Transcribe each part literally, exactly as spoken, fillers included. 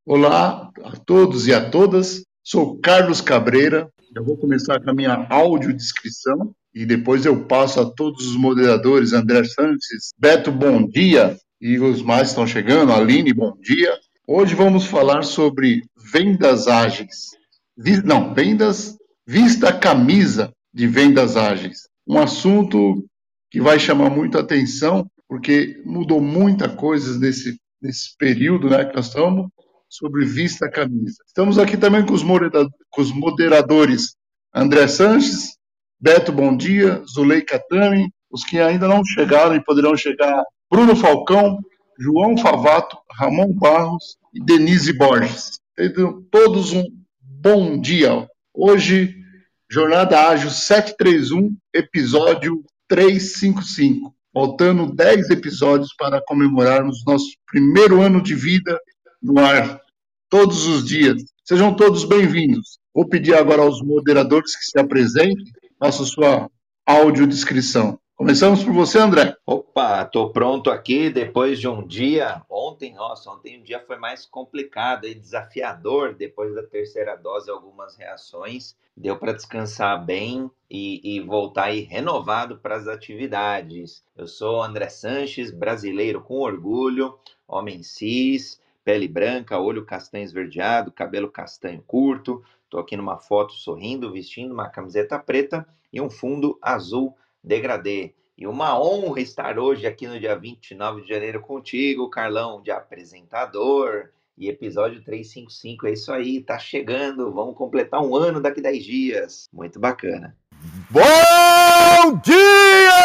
Olá a todos e a todas, sou Carlos Cabreira. Eu vou começar com a minha audiodescrição e depois eu passo a todos os moderadores, André Sanches, Beto, bom dia, e os mais estão chegando, Aline, bom dia. Hoje vamos falar sobre vendas ágeis. Vi- Não, vendas, vista a camisa de vendas ágeis. Um assunto que vai chamar muita atenção, porque mudou muita coisa nesse, nesse período, né, que nós estamos sobre vista a camisa. Estamos aqui também com os, moderadores, com os moderadores André Sanches, Beto Bom Dia, Zuleika Tami, os que ainda não chegaram e poderão chegar, Bruno Falcão, João Favato, Ramon Barros e Denise Borges. Tenham todos um bom dia. Hoje, Jornada Ágil setecentos e trinta e um, episódio trezentos e cinquenta e cinco. Faltando dez episódios para comemorarmos nosso primeiro ano de vida no ar todos os dias. Sejam todos bem-vindos. Vou pedir agora aos moderadores que se apresentem, façam sua audiodescrição. Começamos por você, André. Opa, tô pronto aqui depois de um dia. Ontem, nossa, ontem um dia foi mais complicado e desafiador. Depois da terceira dose, algumas reações. Deu para descansar bem e, e voltar aí renovado para as atividades. Eu sou André Sanches, brasileiro com orgulho, homem cis, pele branca, olho castanho esverdeado, cabelo castanho curto. Tô aqui numa foto sorrindo, vestindo uma camiseta preta e um fundo azul degradê. E uma honra estar hoje aqui no dia vinte e nove de janeiro contigo, Carlão, de apresentador. E episódio trezentos e cinquenta e cinco, é isso aí, tá chegando. Vamos completar um ano daqui a dez dias. Muito bacana. Bom dia!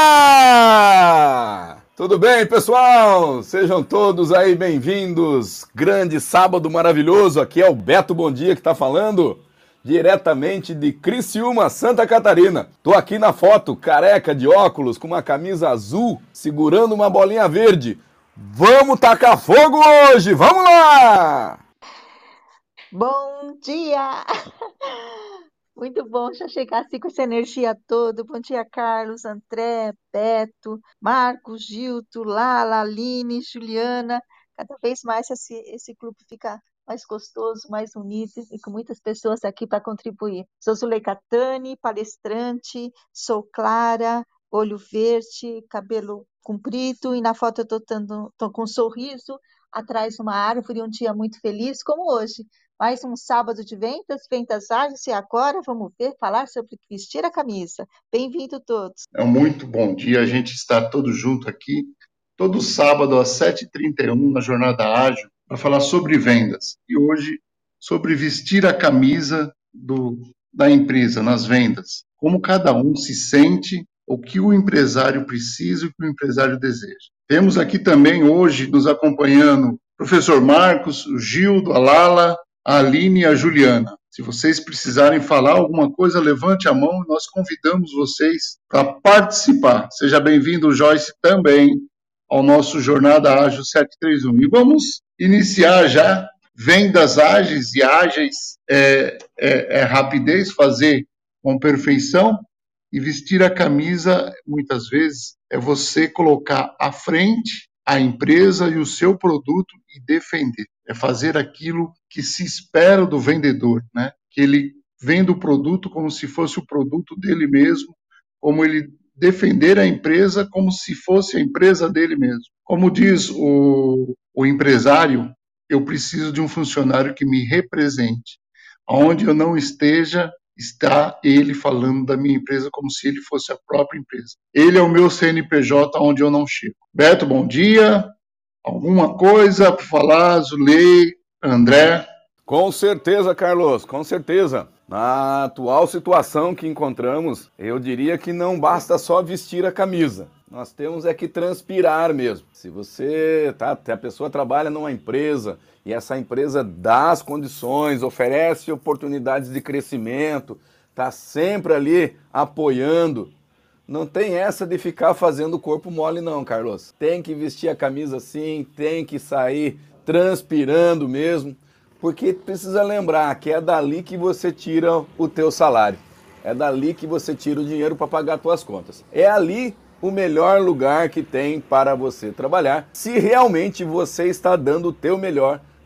Tudo bem, pessoal? Sejam todos aí bem-vindos. Grande sábado maravilhoso. Aqui é o Beto Bom Dia que tá falando. Diretamente de Criciúma, Santa Catarina. Tô aqui na foto, careca de óculos, com uma camisa azul, segurando uma bolinha verde. Vamos tacar fogo hoje! Vamos lá! Bom dia! Muito bom já chegar assim com essa energia toda. Bom dia, Carlos, André, Beto, Marcos, Gilto, Lala, Aline, Juliana. Cada vez mais esse, esse grupo fica mais gostoso, mais unido e com muitas pessoas aqui para contribuir. Sou Zuleika Tani, palestrante, sou Clara, olho verde, cabelo comprido e na foto eu tô, tando, tô com um sorriso atrás uma árvore, um dia muito feliz, como hoje. Mais um sábado de vendas, vendas ágeis, e agora vamos ver, falar sobre vestir a camisa. Bem-vindo todos. É um muito bom dia, a gente está todos junto aqui, todo sábado às sete e trinta e um na Jornada Ágil, para falar sobre vendas. E hoje, sobre vestir a camisa do, da empresa nas vendas. Como cada um se sente, o que o empresário precisa e o que o empresário deseja. Temos aqui também hoje nos acompanhando o professor Marcos, o Gildo, a Lala, a Aline e a Juliana. Se vocês precisarem falar alguma coisa, levante a mão e nós convidamos vocês para participar. Seja bem-vindo, Joyce, também ao nosso Jornada Ágil setecentos e trinta e um. E vamos iniciar já. Vendas ágeis e ágeis é, é, é rapidez, fazer com perfeição, e vestir a camisa, muitas vezes, é você colocar à frente a empresa e o seu produto e defender. É fazer aquilo que se espera do vendedor, né? Que ele venda o produto como se fosse o produto dele mesmo, como ele defender a empresa como se fosse a empresa dele mesmo. Como diz o, o empresário, eu preciso de um funcionário que me represente. Onde eu não esteja, está ele falando da minha empresa como se ele fosse a própria empresa. Ele é o meu C N P J onde eu não chego. Beto, bom dia. Alguma coisa para falar, Zulei, André? Com certeza, Carlos, com certeza. Na atual situação que encontramos, eu diria que não basta só vestir a camisa. Nós temos é que transpirar mesmo. Se você, tá, a pessoa trabalha numa empresa e essa empresa dá as condições, oferece oportunidades de crescimento, tá sempre ali apoiando, não tem essa de ficar fazendo corpo mole não, Carlos. Tem que vestir a camisa sim, tem que sair transpirando mesmo. Porque precisa lembrar que é dali que você tira o teu salário. É dali que você tira o dinheiro para pagar as tuas contas. É ali o melhor lugar que tem para você trabalhar, se realmente você está dando o teu melhor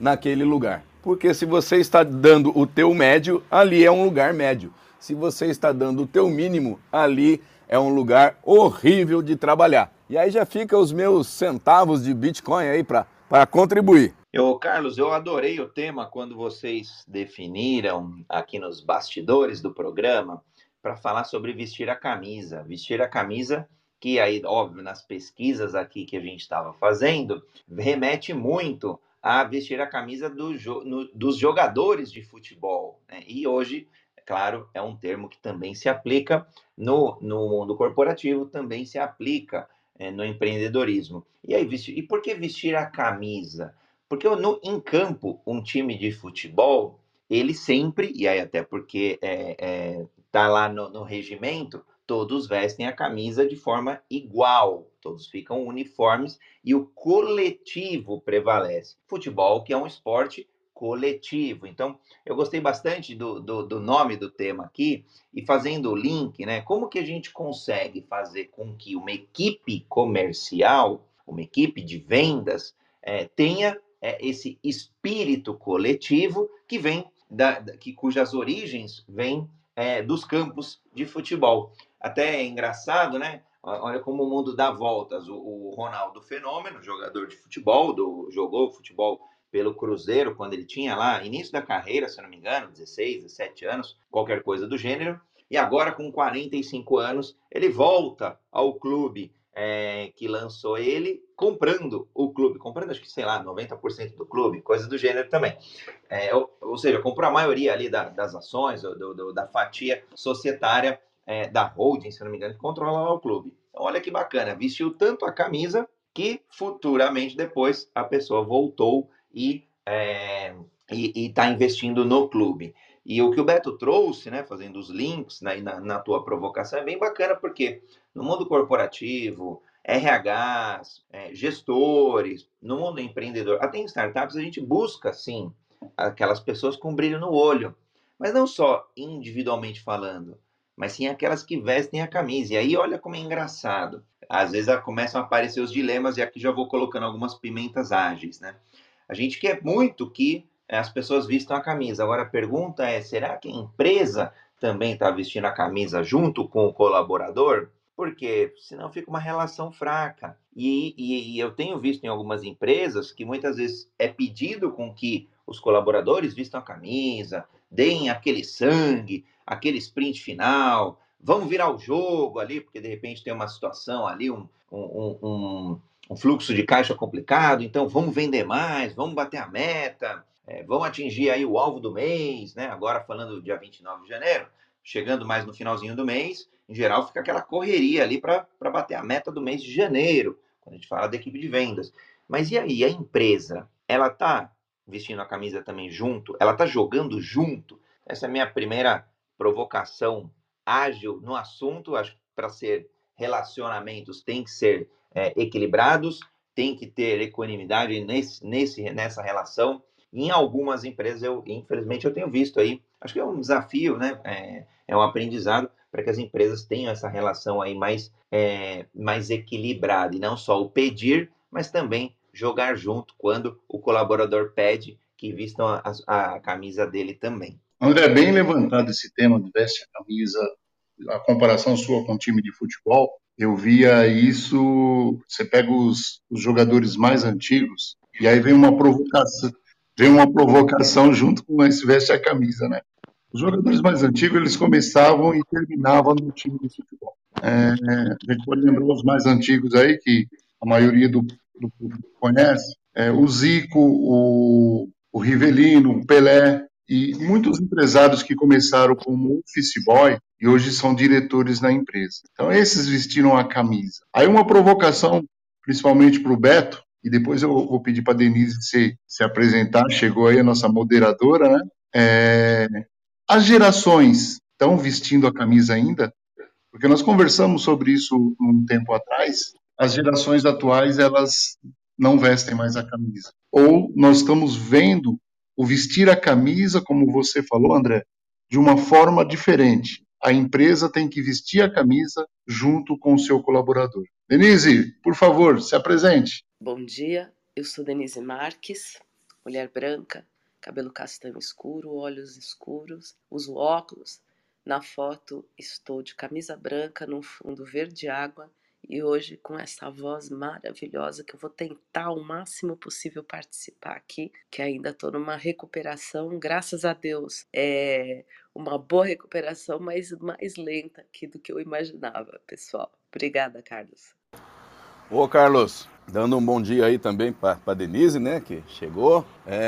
naquele lugar. Porque se você está dando o teu médio, ali é um lugar médio. Se você está dando o teu mínimo, ali é um lugar horrível de trabalhar. E aí já fica os meus centavos de Bitcoin aí para para contribuir. Eu, Carlos, eu adorei o tema quando vocês definiram aqui nos bastidores do programa para falar sobre vestir a camisa. Vestir a camisa que aí, óbvio, nas pesquisas aqui que a gente estava fazendo, remete muito a vestir a camisa do jo no, dos jogadores de futebol, né? E hoje, é claro, é um termo que também se aplica no, no mundo corporativo, também se aplica é, no empreendedorismo. E aí, vestir, e por que vestir a camisa? Porque no, em campo, um time de futebol, ele sempre, e aí até porque é, é, tá lá no, no regimento, todos vestem a camisa de forma igual, todos ficam uniformes e o coletivo prevalece. Futebol, que é um esporte coletivo. Então, eu gostei bastante do, do, do nome do tema aqui e fazendo o link, né? Como que a gente consegue fazer com que uma equipe comercial, uma equipe de vendas, é, tenha é, esse espírito coletivo que vem da, da, que, cujas origens vêm é, dos campos de futebol. Até é engraçado, né? Olha como o mundo dá voltas. O, o Ronaldo Fenômeno, jogador de futebol, do, jogou futebol pelo Cruzeiro quando ele tinha lá, início da carreira, se não me engano, dezesseis, dezessete anos, qualquer coisa do gênero. E agora, com quarenta e cinco anos, ele volta ao clube é, que lançou ele, comprando o clube. Comprando, acho que, sei lá, noventa por cento do clube, coisa do gênero também. É, ou, ou seja, comprou a maioria ali da, das ações, do, do, da fatia societária É, da holding, se não me engano, que controla lá o clube. Então, olha que bacana, vestiu tanto a camisa que futuramente depois a pessoa voltou e é, está investindo no clube. E o que o Beto trouxe, né, fazendo os links né, na, na tua provocação, é bem bacana, porque no mundo corporativo, R Hs, é, gestores, no mundo empreendedor, até em startups, a gente busca, sim, aquelas pessoas com brilho no olho, mas não só individualmente falando, mas sim aquelas que vestem a camisa. E aí, olha como é engraçado. Às vezes começam a aparecer os dilemas, e aqui já vou colocando algumas pimentas ágeis, né? A gente quer muito que as pessoas vistam a camisa. Agora, a pergunta é, será que a empresa também está vestindo a camisa junto com o colaborador? Porque senão fica uma relação fraca. E, e, e eu tenho visto em algumas empresas que muitas vezes é pedido com que os colaboradores vistam a camisa, deem aquele sangue, aquele sprint final, vamos virar o jogo ali, porque de repente tem uma situação ali, um, um, um, um fluxo de caixa complicado, então vamos vender mais, vamos bater a meta, é, vamos atingir aí o alvo do mês, né? Agora falando do dia vinte e nove de janeiro, chegando mais no finalzinho do mês, em geral fica aquela correria ali para bater a meta do mês de janeiro, quando a gente fala da equipe de vendas. Mas e aí, a empresa, ela está vestindo a camisa também junto? Ela está jogando junto? Essa é a minha primeira provocação ágil no assunto. Acho que para ser relacionamentos tem que ser é, equilibrados, tem que ter equanimidade nesse, nesse, nessa relação. Em algumas empresas, eu, infelizmente, eu tenho visto aí, acho que é um desafio, né? É, é um aprendizado para que as empresas tenham essa relação aí mais, é, mais equilibrada, e não só o pedir, mas também jogar junto quando o colaborador pede que vistam a, a, a camisa dele também. André, bem levantado esse tema de veste a camisa, a comparação sua com o time de futebol. Eu via isso, você pega os, os jogadores mais antigos e aí vem uma provocação, vem uma provocação junto com esse veste a camisa, né? Os jogadores mais antigos, eles começavam e terminavam no time de futebol. É, a gente pode lembrar os mais antigos aí, que a maioria do, do público conhece, é, o Zico, o, o Rivelino, o Pelé, e muitos empresários que começaram como office boy e hoje são diretores na empresa. Então, esses vestiram a camisa. Aí uma provocação, principalmente para o Beto, e depois eu vou pedir para a Denise se, se apresentar, chegou aí a nossa moderadora, né? É, as gerações estão vestindo a camisa ainda? Porque nós conversamos sobre isso um tempo atrás. As gerações atuais, elas não vestem mais a camisa. Ou nós estamos vendo o vestir a camisa, como você falou, André, de uma forma diferente. A empresa tem que vestir a camisa junto com o seu colaborador. Denise, por favor, se apresente. Bom dia, eu sou Denise Marques, mulher branca, cabelo castanho escuro, olhos escuros, uso óculos. Na foto estou de camisa branca num fundo verde água e hoje com essa voz maravilhosa que eu vou tentar o máximo possível participar aqui, que ainda estou numa recuperação, graças a Deus. É uma boa recuperação, mas mais lenta aqui do que eu imaginava, pessoal. Obrigada, Carlos. Ô, Carlos, dando um bom dia aí também para Denise, né, que chegou.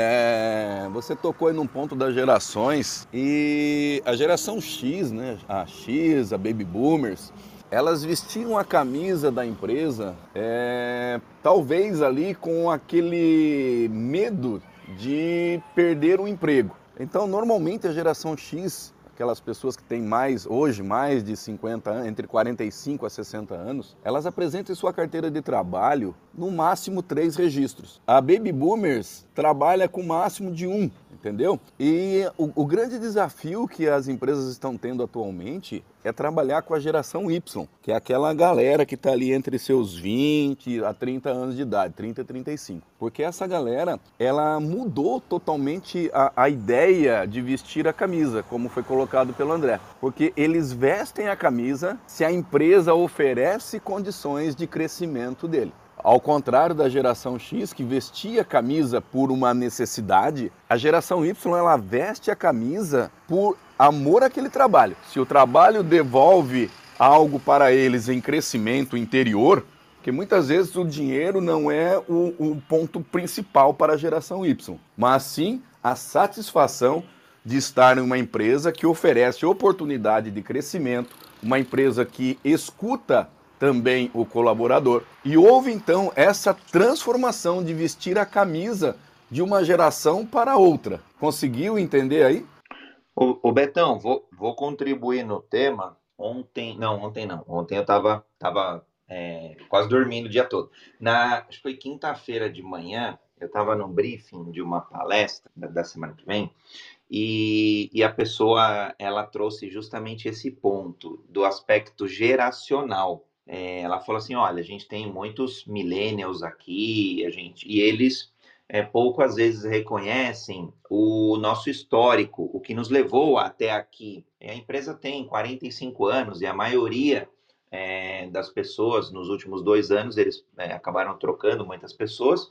É, você tocou aí num ponto das gerações e a geração X, né, a X, a Baby Boomers, elas vestiam a camisa da empresa, é, talvez ali com aquele medo de perder o emprego. Então, normalmente a geração X, aquelas pessoas que têm mais, hoje, mais de cinquenta anos, entre quarenta e cinco a sessenta anos, elas apresentam em sua carteira de trabalho, no máximo, três registros. A Baby Boomers trabalha com o máximo de um, entendeu? E o, o grande desafio que as empresas estão tendo atualmente é trabalhar com a geração Y, que é aquela galera que está ali entre seus vinte a trinta anos de idade, trinta a trinta e cinco. Porque essa galera, ela mudou totalmente a, a ideia de vestir a camisa, como foi colocado pelo André. Porque eles vestem a camisa se a empresa oferece condições de crescimento dele. Ao contrário da geração X, que vestia a camisa por uma necessidade, a geração Y, ela veste a camisa por amor àquele trabalho. Se o trabalho devolve algo para eles em crescimento interior, porque muitas vezes o dinheiro não é o, o ponto principal para a geração Y, mas sim a satisfação de estar em uma empresa que oferece oportunidade de crescimento, uma empresa que escuta também o colaborador. E houve então essa transformação de vestir a camisa de uma geração para outra. Conseguiu entender aí? Ô, ô Betão, vou, vou contribuir no tema. Ontem, não, ontem não. Ontem eu estava tava, é, quase dormindo o dia todo. Na, acho que foi quinta-feira de manhã, eu estava num briefing de uma palestra da, da semana que vem, e, e a pessoa, ela trouxe justamente esse ponto do aspecto geracional. É, ela falou assim, olha, a gente tem muitos millennials aqui, a gente, e eles é, pouco às vezes reconhecem o nosso histórico, o que nos levou até aqui. A empresa tem quarenta e cinco anos e a maioria é, das pessoas, nos últimos dois anos, eles é, acabaram trocando muitas pessoas,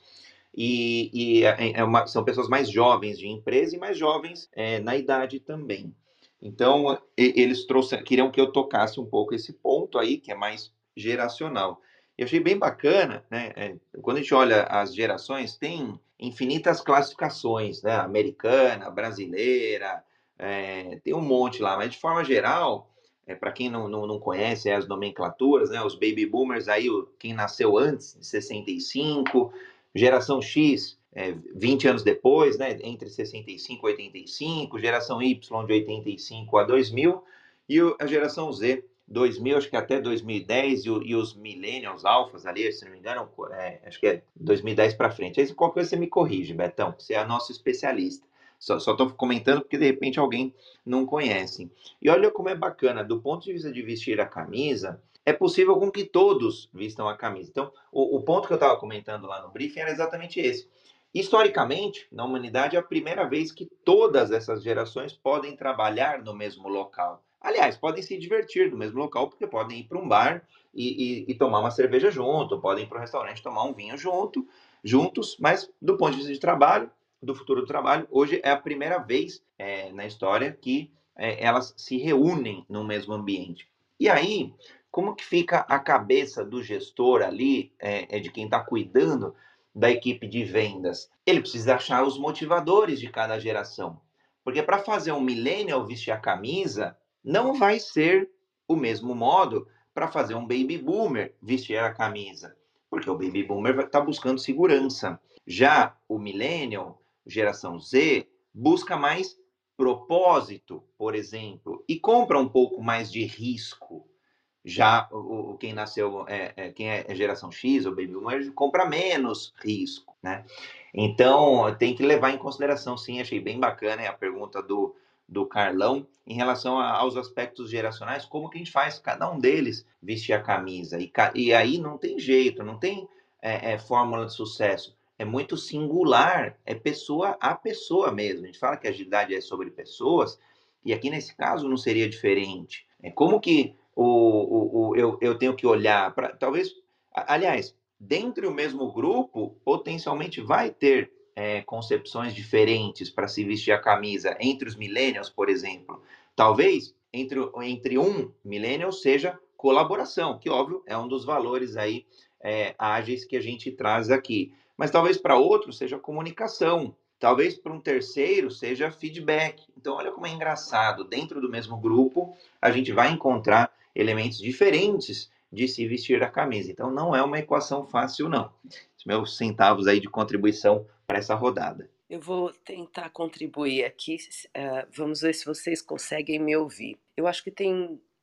e, e é, é uma, são pessoas mais jovens de empresa e mais jovens é, na idade também. Então, eles trouxeram, queriam que eu tocasse um pouco esse ponto aí, que é mais geracional. Eu achei bem bacana, né? É, quando a gente olha as gerações, tem infinitas classificações, né? Americana, brasileira, é, tem um monte lá, mas de forma geral, é, para quem não, não, não conhece é, as nomenclaturas, né? Os baby boomers, aí, o, quem nasceu antes de sessenta e cinco, geração X, é, vinte anos depois, né? Entre sessenta e cinco e oitenta e cinco, geração Y de oitenta e cinco a dois mil, e a geração Z, dois mil, acho que até dois mil e dez, e, e os millennials alfas ali, se não me engano, é, acho que é dois mil e dez para frente. Aí qualquer coisa você me corrige, Betão, você é nosso especialista. Só estou comentando porque de repente alguém não conhece. E olha como é bacana, do ponto de vista de vestir a camisa, é possível com que todos vistam a camisa. Então, o, o ponto que eu estava comentando lá no briefing era exatamente esse. Historicamente, na humanidade, é a primeira vez que todas essas gerações podem trabalhar no mesmo local. Aliás, podem se divertir no mesmo local, porque podem ir para um bar e, e, e tomar uma cerveja junto, podem ir para um restaurante tomar um vinho junto, juntos, mas do ponto de vista de trabalho, do futuro do trabalho, hoje é a primeira vez é, na história que é, elas se reúnem no mesmo ambiente. E aí, como que fica a cabeça do gestor ali, é, é de quem está cuidando da equipe de vendas? Ele precisa achar os motivadores de cada geração. Porque para fazer um millennial vestir a camisa, não vai ser o mesmo modo para fazer um baby boomer vestir a camisa. Porque o baby boomer está buscando segurança. Já o millennial, geração Z, busca mais propósito, por exemplo, e compra um pouco mais de risco. Já o, o quem nasceu, é, é, quem é geração X, ou baby boomer, compra menos risco, né? Então, tem que levar em consideração, sim, achei bem bacana a pergunta do, do Carlão, em relação a, aos aspectos geracionais, como que a gente faz cada um deles vestir a camisa. E, e aí não tem jeito, não tem é, é, fórmula de sucesso. é muito singular, é pessoa a pessoa mesmo. A gente fala que a agilidade é sobre pessoas, e aqui nesse caso não seria diferente. É como que o, o, o, eu, eu tenho que olhar para. Talvez, aliás, dentro do mesmo grupo, potencialmente vai ter é, concepções diferentes para se vestir a camisa entre os millennials, por exemplo. Talvez entre, entre um millennial seja colaboração, que óbvio é um dos valores aí é, ágeis que a gente traz aqui. Mas talvez para outro seja comunicação, talvez para um terceiro seja feedback. Então, olha como é engraçado, dentro do mesmo grupo, a gente vai encontrar elementos diferentes de se vestir a camisa. Então, não é uma equação fácil, não. Os meus centavos aí de contribuição para essa rodada. Eu vou tentar contribuir aqui, uh, vamos ver se vocês conseguem me ouvir. Eu acho que tem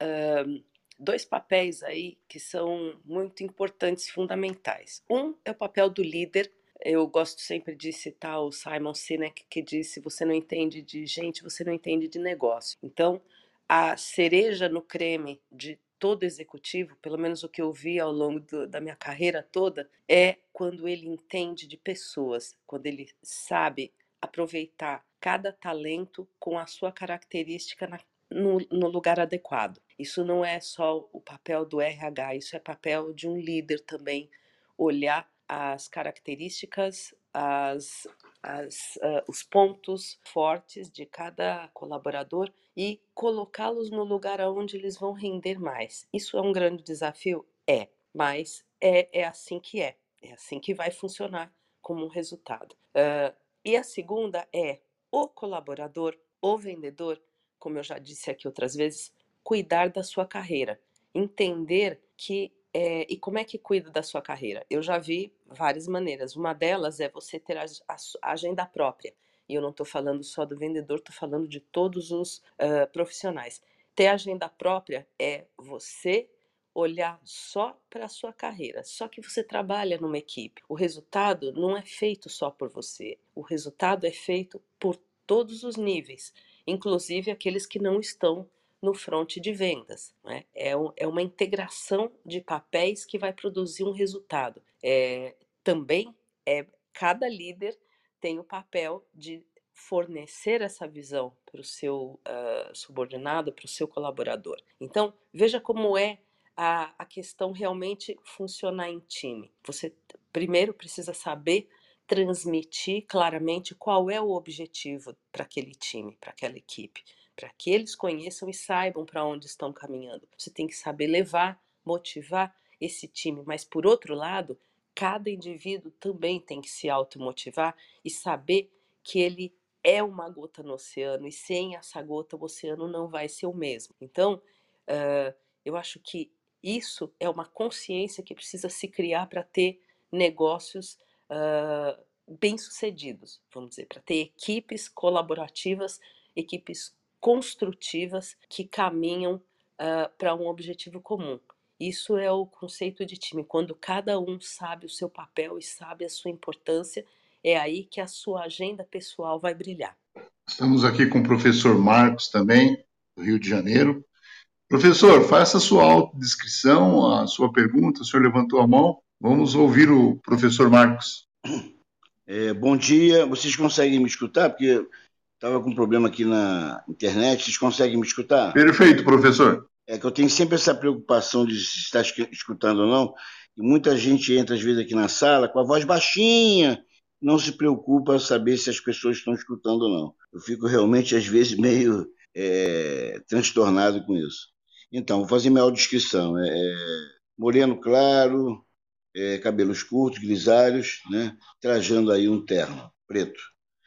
uh, dois papéis aí que são muito importantes, fundamentais. Um é o papel do líder. Eu gosto sempre de citar o Simon Sinek, que disse: você não entende de gente, você não entende de negócio. Então, a cereja no creme de todo executivo, pelo menos o que eu vi ao longo do, da minha carreira toda, é quando ele entende de pessoas, quando ele sabe aproveitar cada talento com a sua característica na, no, no lugar adequado. Isso não é só o papel do R H, isso é papel de um líder também, olhar as características, as, as, uh, os pontos fortes de cada colaborador e colocá-los no lugar onde eles vão render mais. Isso é um grande desafio? É, mas é, é assim que é, é assim que vai funcionar como um resultado. Uh, e a segunda é o colaborador, o vendedor, como eu já disse aqui outras vezes, cuidar da sua carreira, entender que É, e como é que cuida da sua carreira? Eu já vi várias maneiras. Uma delas é você ter a, a, a agenda própria. E eu não estou falando só do vendedor, estou falando de todos os uh, profissionais. Ter agenda própria é você olhar só para a sua carreira. Só que você trabalha numa equipe. O resultado não é feito só por você. O resultado é feito por todos os níveis, inclusive aqueles que não estão no front de vendas. Né? É, um, é uma integração de papéis que vai produzir um resultado. É, também é, cada líder tem o papel de fornecer essa visão para o seu uh, subordinado, para o seu colaborador. Então, veja como é a, a questão realmente funcionar em time. Você primeiro precisa saber transmitir claramente qual é o objetivo para aquele time, para aquela equipe, para que eles conheçam e saibam para onde estão caminhando. Você tem que saber levar, motivar esse time, mas por outro lado, cada indivíduo também tem que se automotivar e saber que ele é uma gota no oceano e sem essa gota o oceano não vai ser o mesmo. Então, uh, eu acho que isso é uma consciência que precisa se criar para ter negócios uh, bem-sucedidos, vamos dizer, para ter equipes colaborativas, equipes construtivas que caminham uh, para um objetivo comum. Isso é o conceito de time. Quando cada um sabe o seu papel e sabe a sua importância, é aí que a sua agenda pessoal vai brilhar. Estamos aqui com o professor Marcos também, do Rio de Janeiro. Professor, faça a sua autodescrição, a sua pergunta. O senhor levantou a mão. Vamos ouvir o professor Marcos. É, bom dia. Vocês conseguem me escutar? Porque estava com um problema aqui na internet. Vocês conseguem me escutar? Perfeito, professor. É que eu tenho sempre essa preocupação de se estar escutando ou não. E muita gente entra, às vezes, aqui na sala com a voz baixinha, não se preocupa a saber se as pessoas estão escutando ou não. Eu fico realmente, às vezes, meio é, transtornado com isso. Então, vou fazer minha audiodescrição. É, é, moreno claro, é, cabelos curtos, grisalhos, né, trajando aí um terno preto.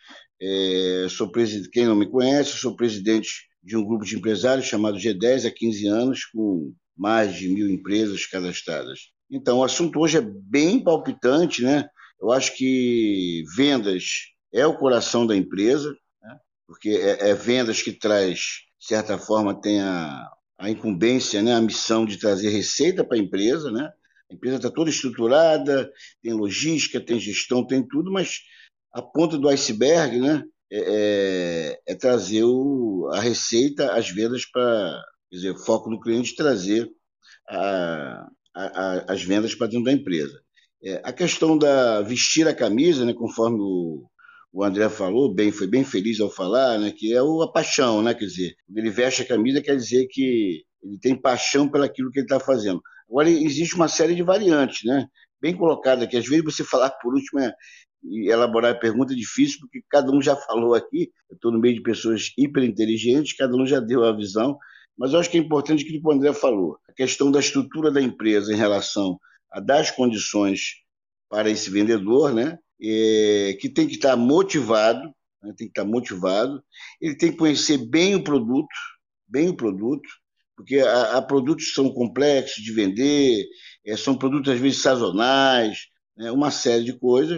É, sou presidente, quem não me conhece, sou presidente de um grupo de empresários chamado G dez há quinze anos, com mais de mil empresas cadastradas. Então, o assunto hoje é bem palpitante, né? Eu acho que vendas é o coração da empresa, né? Porque é, é vendas que traz, de certa forma, tem a, a incumbência, né? A missão de trazer receita para a empresa, né? A empresa está toda estruturada, tem logística, tem gestão, tem tudo, mas a ponta do iceberg, né, é, é trazer o, a receita, as vendas para, quer dizer, foco do cliente trazer a, a, a, as vendas para dentro da empresa. É, a questão da vestir a camisa, né, conforme o, o André falou, bem, foi bem feliz ao falar, né, que é o, a paixão, né, quer dizer, quando ele veste a camisa quer dizer que ele tem paixão pelaquilo que ele está fazendo. Agora, existe uma série de variantes, né, bem colocada, que às vezes você falar por último é, e elaborar a pergunta é difícil, porque cada um já falou aqui, eu estou no meio de pessoas hiperinteligentes, cada um já deu a visão, mas eu acho que é importante aquilo que o André falou, a questão da estrutura da empresa em relação a dar as condições para esse vendedor, né? É, que tem que estar motivado, né? Tem que estar motivado, ele tem que conhecer bem o produto, bem o produto, porque há, há produtos que são complexos de vender, é, são produtos às vezes sazonais, né? Uma série de coisas,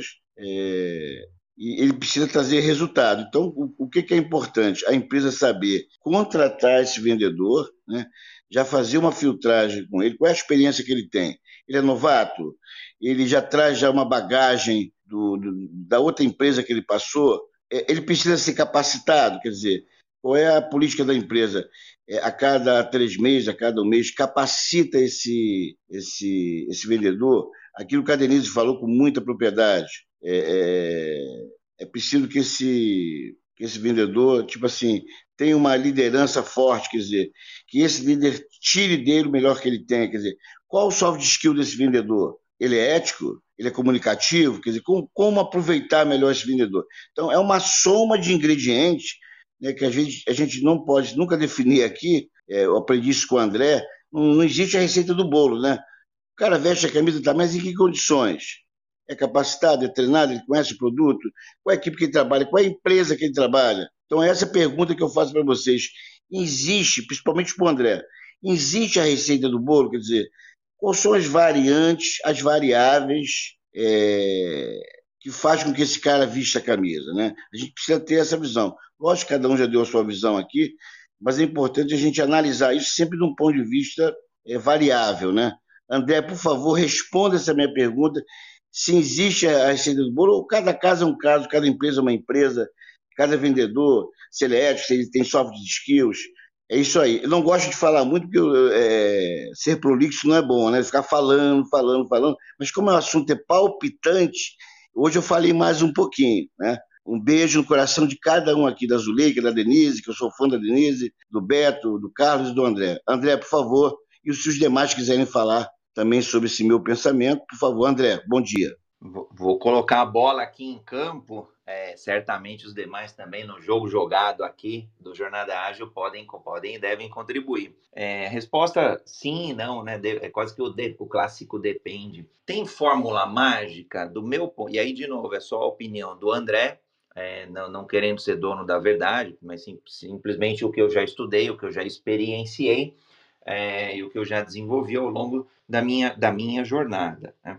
é, e ele precisa trazer resultado. Então, o, o que, que é importante? A empresa saber contratar esse vendedor, né? Já fazer uma filtragem com ele, qual é a experiência que ele tem? Ele é novato? Ele já traz já uma bagagem do, do, da outra empresa que ele passou? É, ele precisa ser capacitado, quer dizer, qual é a política da empresa? É, a cada três meses, a cada um mês, capacita esse, esse, esse vendedor? Aquilo que a Denise falou com muita propriedade. É, é, é preciso que esse, que esse vendedor, tipo assim, tenha uma liderança forte, quer dizer, que esse líder tire dele o melhor que ele tem, quer dizer, qual o soft skill desse vendedor? Ele é ético? Ele é comunicativo? Quer dizer, como, como aproveitar melhor esse vendedor? Então, é uma soma de ingredientes, né, que a gente, a gente não pode nunca definir aqui. É, eu aprendi isso com o André. Não, não existe a receita do bolo, né? O cara veste a camisa, tá, mas em que condições? É capacitado, é treinado, ele conhece o produto? Qual é a equipe que ele trabalha? Qual é a empresa que ele trabalha? Então, essa é a pergunta que eu faço para vocês. Existe, principalmente para o André, existe a receita do bolo? Quer dizer, quais são as variantes, as variáveis é, que faz com que esse cara vista a camisa, né? A gente precisa ter essa visão. Lógico que cada um já deu a sua visão aqui, mas é importante a gente analisar isso sempre de um ponto de vista é, variável, né? André, por favor, responda essa minha pergunta. Se existe a receita do bolo, ou cada caso é um caso, cada empresa é uma empresa, cada vendedor, se ele é ético, se ele tem soft skills. É isso aí. Eu não gosto de falar muito, porque é, ser prolixo não é bom, né? Ficar falando, falando, falando. Mas como o assunto é palpitante, hoje eu falei mais um pouquinho, né? Um beijo no coração de cada um aqui, da Zuleika, da Denise, que eu sou fã da Denise, do Beto, do Carlos e do André. André, por favor, e se os demais quiserem falar também sobre esse meu pensamento, por favor, André, bom dia. Vou, vou colocar a bola aqui em campo, é, certamente os demais também no jogo jogado aqui do Jornada Ágil podem, podem e devem contribuir. É, resposta sim e não, né? É quase que o, de, o clássico depende. Tem fórmula mágica do meu ponto, e aí de novo é só a opinião do André, é, não, não querendo ser dono da verdade, mas sim, simplesmente o que eu já estudei, o que eu já experienciei, é, e o que eu já desenvolvi ao longo da minha, da minha jornada, né?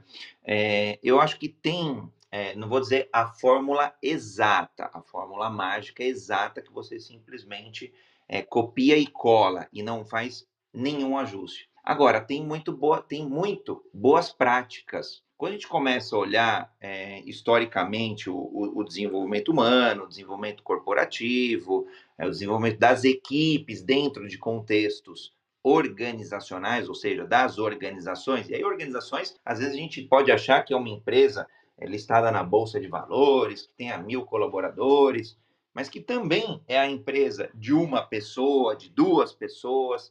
É, eu acho que tem, é, não vou dizer a fórmula exata, a fórmula mágica exata que você simplesmente é, copia e cola e não faz nenhum ajuste. Agora, tem muito, boa, tem muito boas práticas. Quando a gente começa a olhar é, historicamente o, o, o desenvolvimento humano, o desenvolvimento corporativo, é, o desenvolvimento das equipes dentro de contextos organizacionais, ou seja, das organizações. E aí, organizações, às vezes a gente pode achar que é uma empresa é, listada na Bolsa de Valores, que tenha mil colaboradores, mas que também é a empresa de uma pessoa, de duas pessoas,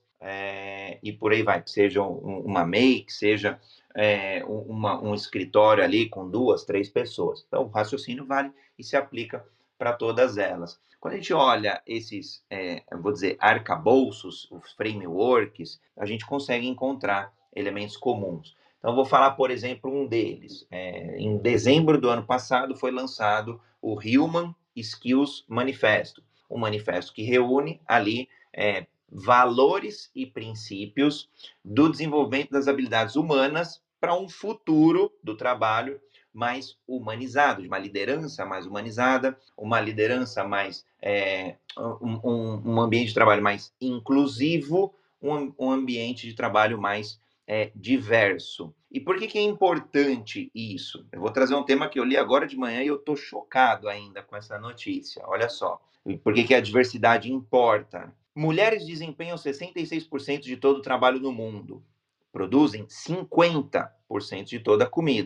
é, e por aí vai, que seja um, uma M E I, que seja é, uma, um escritório ali com duas, três pessoas. Então, o raciocínio vale e se aplica para todas elas. Quando a gente olha esses, é, eu vou dizer, arcabouços, os frameworks, a gente consegue encontrar elementos comuns. Então, eu vou falar, por exemplo, um deles. É, em dezembro do ano passado foi lançado o Human Skills Manifesto, um manifesto que reúne ali é, valores e princípios do desenvolvimento das habilidades humanas para um futuro do trabalho mais humanizado, de uma liderança mais humanizada, uma liderança mais, é, um, um, um ambiente de trabalho mais inclusivo, um, um ambiente de trabalho mais é, diverso. E por que, que é importante isso? Eu vou trazer um tema que eu li agora de manhã e eu estou chocado ainda com essa notícia. Olha só, por que, que a diversidade importa? Mulheres desempenham sessenta e seis por cento de todo o trabalho no mundo, produzem cinquenta por cento de toda a comida.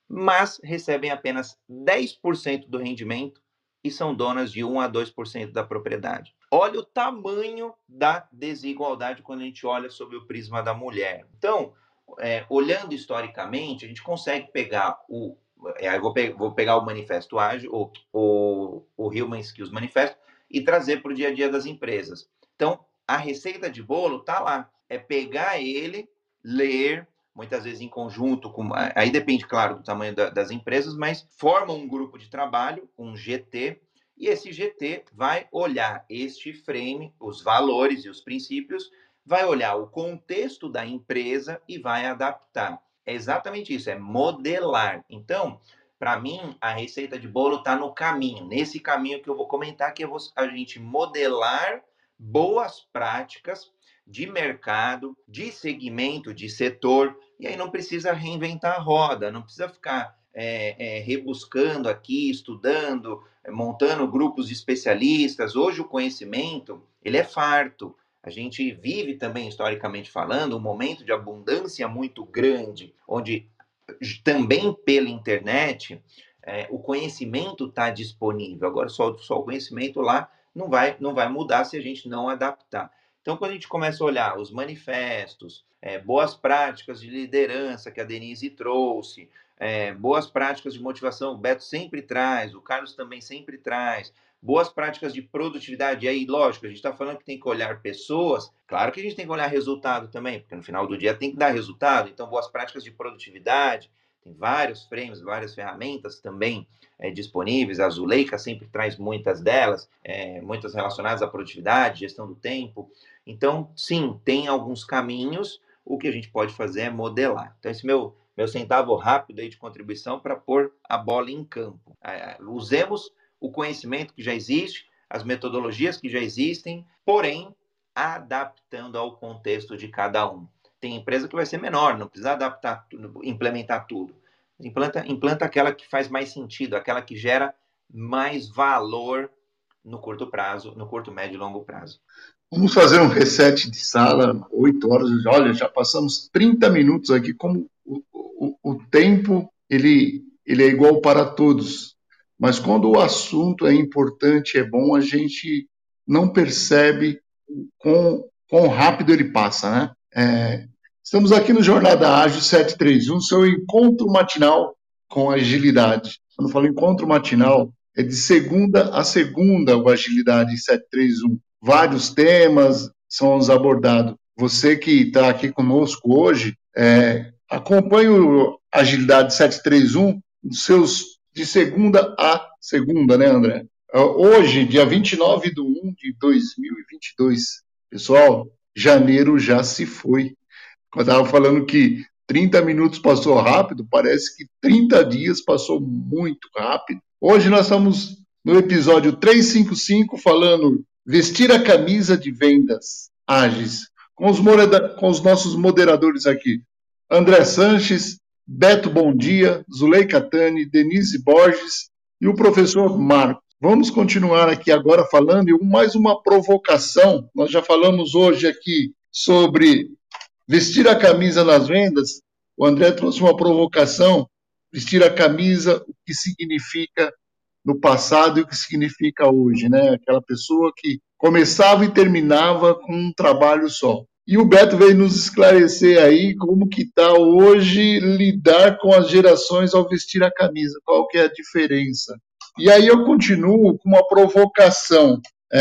mas recebem apenas dez por cento do rendimento e são donas de um a dois por cento da propriedade. Olha o tamanho da desigualdade quando a gente olha sob o prisma da mulher. Então, é, olhando historicamente, a gente consegue pegar o... É, eu vou, pe vou pegar o Manifesto Ágil, o, o, o Human Skills Manifesto, e trazer para o dia a dia das empresas. Então, a receita de bolo está lá. É pegar ele, ler, muitas vezes em conjunto, com, aí depende, claro, do tamanho da, das empresas, mas forma um grupo de trabalho, um G T, e esse G T vai olhar este frame, os valores e os princípios, vai olhar o contexto da empresa e vai adaptar. É exatamente isso, é modelar. Então, para mim, a receita de bolo está no caminho, nesse caminho que eu vou comentar, que é a gente modelar boas práticas de mercado, de segmento, de setor, e aí não precisa reinventar a roda, não precisa ficar é, é, rebuscando aqui, estudando, montando grupos de especialistas. Hoje o conhecimento, ele é farto. A gente vive também, historicamente falando, um momento de abundância muito grande, onde também pela internet é, o conhecimento está disponível. Agora, só, só o conhecimento lá não vai, não vai mudar se a gente não adaptar. Então, quando a gente começa a olhar os manifestos, é, boas práticas de liderança que a Denise trouxe, é, boas práticas de motivação, o Beto sempre traz, o Carlos também sempre traz, boas práticas de produtividade. E aí, lógico, a gente está falando que tem que olhar pessoas, claro que a gente tem que olhar resultado também, porque no final do dia tem que dar resultado. Então, boas práticas de produtividade, tem vários frames, várias ferramentas também é, disponíveis. A Zuleika sempre traz muitas delas, é, muitas relacionadas à produtividade, gestão do tempo. Então, sim, tem alguns caminhos. O que a gente pode fazer é modelar. Então, esse meu, meu centavo rápido aí de contribuição para pôr a bola em campo. É, usemos o conhecimento que já existe, as metodologias que já existem, porém, adaptando ao contexto de cada um. Tem empresa que vai ser menor, não precisa adaptar, implementar tudo. Implanta, implanta aquela que faz mais sentido, aquela que gera mais valor no curto prazo, no curto, médio e longo prazo. Vamos fazer um reset de sala, oito horas. Olha, já passamos trinta minutos aqui. Como o, o, o tempo ele, ele é igual para todos. Mas quando o assunto é importante, é bom, a gente não percebe quão, quão rápido ele passa, né? É, estamos aqui no Jornada Ágil sete três um, seu encontro matinal com agilidade. Quando eu falo encontro matinal, é de segunda a segunda o Agilidade sete três um. Vários temas são abordados. Você que está aqui conosco hoje, é, acompanhe o Agilidade sete três um, seus de segunda a segunda, né, André? Hoje, dia vinte e nove de um de dois mil e vinte e dois. Pessoal, janeiro já se foi. Quando eu estava falando que trinta minutos passou rápido, parece que trinta dias passou muito rápido. Hoje nós estamos no episódio trezentos e cinquenta e cinco falando vestir a camisa de vendas ágeis, com os, com os nossos moderadores aqui. André Sanches, Beto Bom Dia, Zuleika Tani, Denise Borges e o professor Marcos. Vamos continuar aqui agora falando e mais uma provocação. Nós já falamos hoje aqui sobre vestir a camisa nas vendas. O André trouxe uma provocação, vestir a camisa, o que significa no passado e o que significa hoje, né? Aquela pessoa que começava e terminava com um trabalho só. E o Beto veio nos esclarecer aí como que está hoje lidar com as gerações ao vestir a camisa, qual que é a diferença. E aí eu continuo com uma provocação.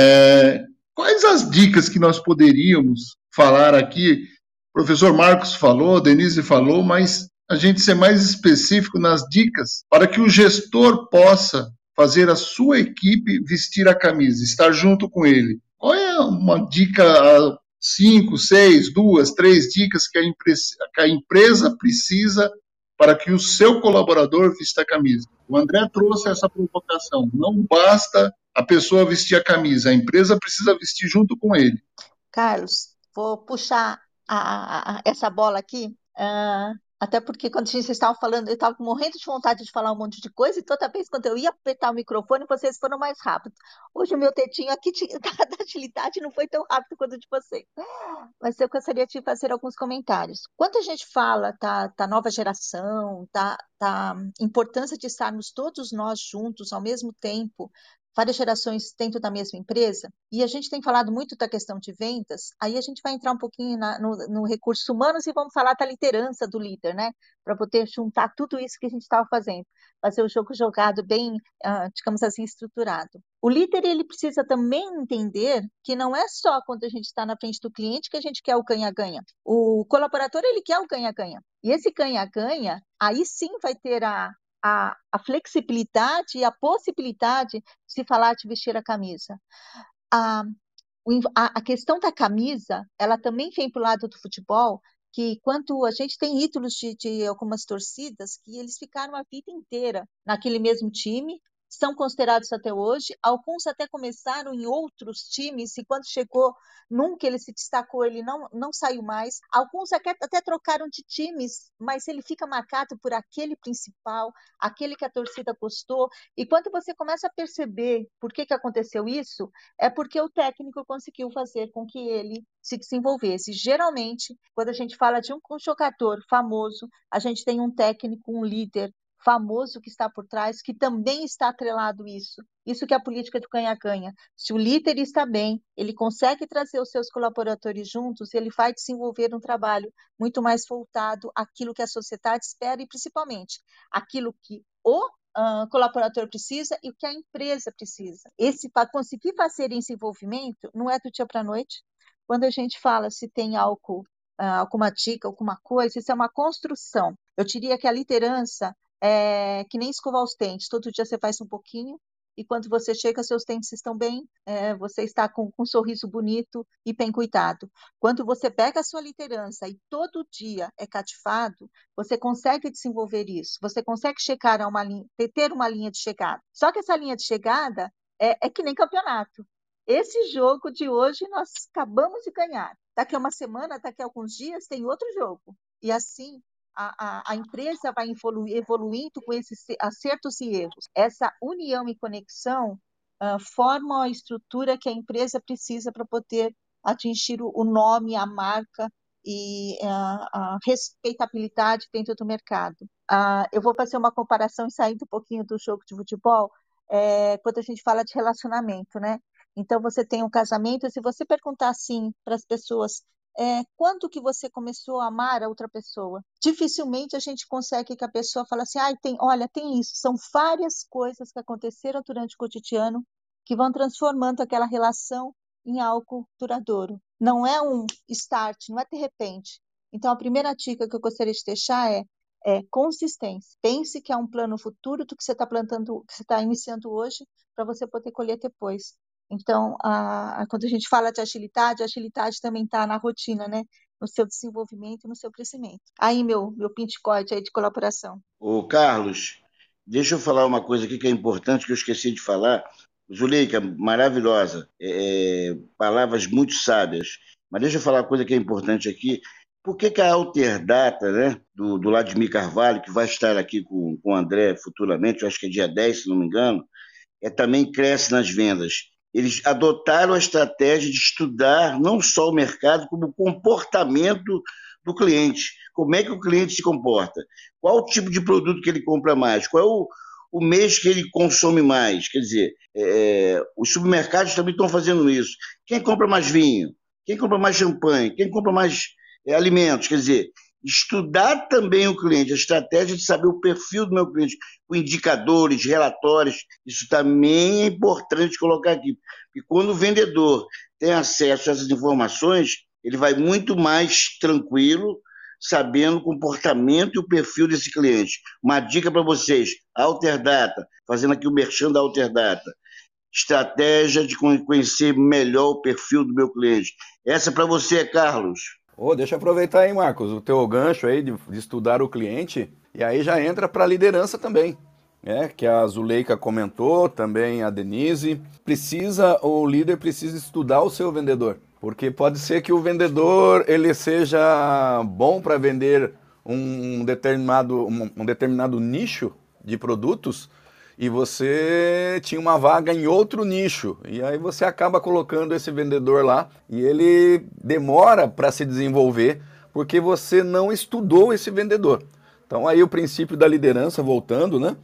É, quais as dicas que nós poderíamos falar aqui? O professor Marcos falou, a Denise falou, mas a gente ser mais específico nas dicas para que o gestor possa fazer a sua equipe vestir a camisa, estar junto com ele. Qual é uma dica, cinco, seis, duas, três dicas que a, empresa, que a empresa precisa para que o seu colaborador vista a camisa? O André trouxe essa provocação. Não basta a pessoa vestir a camisa, a empresa precisa vestir junto com ele. Carlos, vou puxar a, a, essa bola aqui. Uh, Até porque quando a gente estava falando, eu estava morrendo de vontade de falar um monte de coisa, e toda vez quando eu ia apertar o microfone, vocês foram mais rápidos. Hoje o meu tetinho aqui de- da agilidade não foi tão rápido quanto o de vocês. Mas eu gostaria de fazer alguns comentários. Quando a gente fala da, da nova geração, da, da importância de estarmos todos nós juntos ao mesmo tempo, várias gerações dentro da mesma empresa, e a gente tem falado muito da questão de vendas, aí a gente vai entrar um pouquinho na, no, no recursos humanos e vamos falar da liderança do líder, né? Para poder juntar tudo isso que a gente estava fazendo, fazer o jogo jogado bem, ah, digamos assim, estruturado. O líder, ele precisa também entender que não é só quando a gente está na frente do cliente que a gente quer o ganha-ganha. O colaborador, ele quer o ganha-ganha. E esse ganha-ganha, aí sim vai ter a, a, a flexibilidade e a possibilidade de se falar de vestir a camisa. A, a, a questão da camisa, ela também vem para o lado do futebol, que quando a gente tem ídolos de, de algumas torcidas, que eles ficaram a vida inteira naquele mesmo time, são considerados até hoje, alguns até começaram em outros times, e quando chegou num que ele se destacou, ele não, não saiu mais, alguns até, até trocaram de times, mas ele fica marcado por aquele principal, aquele que a torcida gostou, e quando você começa a perceber por que, que aconteceu isso, é porque o técnico conseguiu fazer com que ele se desenvolvesse. Geralmente, quando a gente fala de um jogador famoso, a gente tem um técnico, um líder famoso que está por trás, que também está atrelado isso. Isso que é a política do ganha-ganha. Se o líder está bem, ele consegue trazer os seus colaboradores juntos, ele vai desenvolver um trabalho muito mais voltado àquilo que a sociedade espera e, principalmente, aquilo que o Uh, colaborador precisa e o que a empresa precisa. Esse, para conseguir fazer esse envolvimento, não é do dia para a noite. Quando a gente fala se tem algo, uh, alguma dica, alguma coisa, isso é uma construção. Eu diria que a liderança é que nem escovar os dentes, todo dia você faz um pouquinho, e quando você chega, seus dentes estão bem, é, você está com, com um sorriso bonito e bem cuidado. Quando você pega a sua liderança e todo dia é cativado, você consegue desenvolver isso, você consegue chegar a uma linha, ter uma linha de chegada. Só que essa linha de chegada é, é que nem campeonato. Esse jogo de hoje nós acabamos de ganhar. Daqui a uma semana, daqui a alguns dias, tem outro jogo. E assim, a, a, a empresa vai evolu evoluindo com esses acertos e erros. Essa união e conexão uh, formam a estrutura que a empresa precisa para poder atingir o, o nome, a marca e uh, a respeitabilidade dentro do mercado. Uh, eu vou fazer uma comparação saindo um pouquinho do jogo de futebol, é, quando a gente fala de relacionamento, né? Então, você tem um casamento, e se você perguntar assim para as pessoas, é, quando que você começou a amar a outra pessoa? Dificilmente a gente consegue que a pessoa fale assim, ah, tem, olha, tem isso. São várias coisas que aconteceram durante o cotidiano que vão transformando aquela relação em algo duradouro. Não é um start, não é de repente. Então, a primeira dica que eu gostaria de deixar é, é consistência. Pense que é um plano futuro do que você está plantando, que você está iniciando hoje, para você poder colher depois. Então, a, a, quando a gente fala de agilidade, a agilidade também está na rotina, né? No seu desenvolvimento, no seu crescimento. Aí, meu, meu pinticote aí de colaboração. Ô, Carlos, deixa eu falar uma coisa aqui que é importante, que eu esqueci de falar. Zuleika, maravilhosa, é, palavras muito sábias. Mas deixa eu falar uma coisa que é importante aqui. Por que, que a Alterdata, né, do, do Vladimir Carvalho, que vai estar aqui com, com o André futuramente, eu acho que é dia dez, se não me engano, é, também cresce nas vendas? Eles adotaram a estratégia de estudar não só o mercado, como o comportamento do cliente. Como é que o cliente se comporta? Qual o tipo de produto que ele compra mais? Qual é o, o mês que ele consome mais? Quer dizer, é, os supermercados também estão fazendo isso. Quem compra mais vinho? Quem compra mais champanhe? Quem compra mais é, alimentos? Quer dizer, estudar também o cliente, a estratégia de saber o perfil do meu cliente, com indicadores, relatórios, isso também é importante colocar aqui. E quando o vendedor tem acesso a essas informações, ele vai muito mais tranquilo, sabendo o comportamento e o perfil desse cliente. Uma dica para vocês, Alterdata, fazendo aqui o merchan da Alterdata, estratégia de conhecer melhor o perfil do meu cliente. Essa é para você, Carlos. Oh, deixa eu aproveitar aí, Marcos, o teu gancho aí de, de estudar o cliente, e aí já entra para a liderança também, né? Que a Zuleika comentou, também a Denise. Precisa, o líder precisa estudar o seu vendedor, porque pode ser que o vendedor ele seja bom para vender um determinado, um, um determinado nicho de produtos e você tinha uma vaga em outro nicho. E aí você acaba colocando esse vendedor lá e ele demora para se desenvolver porque você não estudou esse vendedor. Então aí o princípio da liderança, voltando, né?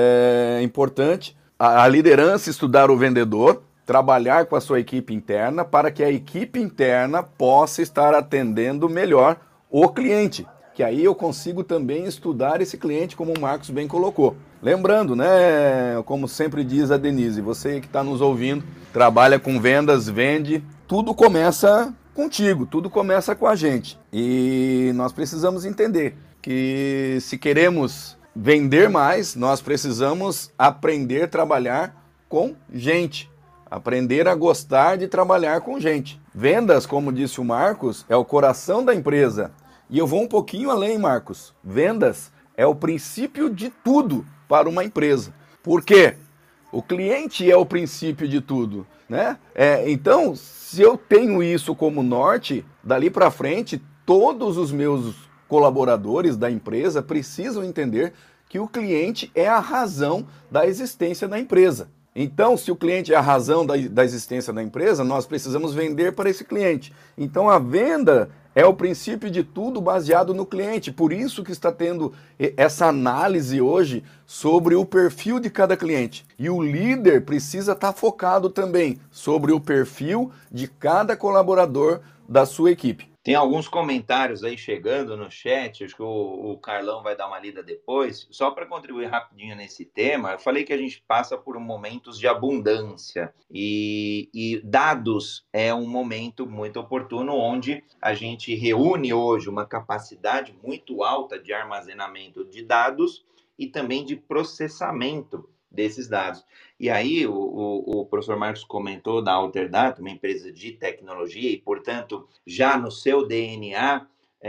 É importante a, a liderança estudar o vendedor, trabalhar com a sua equipe interna para que a equipe interna possa estar atendendo melhor o cliente. Que aí eu consigo também estudar esse cliente, como o Marcos bem colocou. Lembrando, né, como sempre diz a Denise, você que está nos ouvindo, trabalha com vendas, vende, tudo começa contigo, tudo começa com a gente. E nós precisamos entender que se queremos vender mais, nós precisamos aprender a trabalhar com gente. Aprender a gostar de trabalhar com gente. Vendas, como disse o Marcos, é o coração da empresa. E eu vou um pouquinho além, Marcos. Vendas é o princípio de tudo para uma empresa. Por quê? O cliente é o princípio de tudo, né? É, então, se eu tenho isso como norte, dali para frente, todos os meus colaboradores da empresa precisam entender que o cliente é a razão da existência da empresa. Então, se o cliente é a razão da, da existência da empresa, nós precisamos vender para esse cliente. Então, a venda é o princípio de tudo baseado no cliente. Por isso que está tendo essa análise hoje sobre o perfil de cada cliente. E o líder precisa estar focado também sobre o perfil de cada colaborador da sua equipe. Tem alguns comentários aí chegando no chat, acho que o, o Carlão vai dar uma lida depois. Só para contribuir rapidinho nesse tema, eu falei que a gente passa por momentos de abundância e, e dados é um momento muito oportuno onde a gente reúne hoje uma capacidade muito alta de armazenamento de dados e também de processamento desses dados. E aí o, o, o professor Marcos comentou da Alterdata, uma empresa de tecnologia e, portanto, já no seu D N A,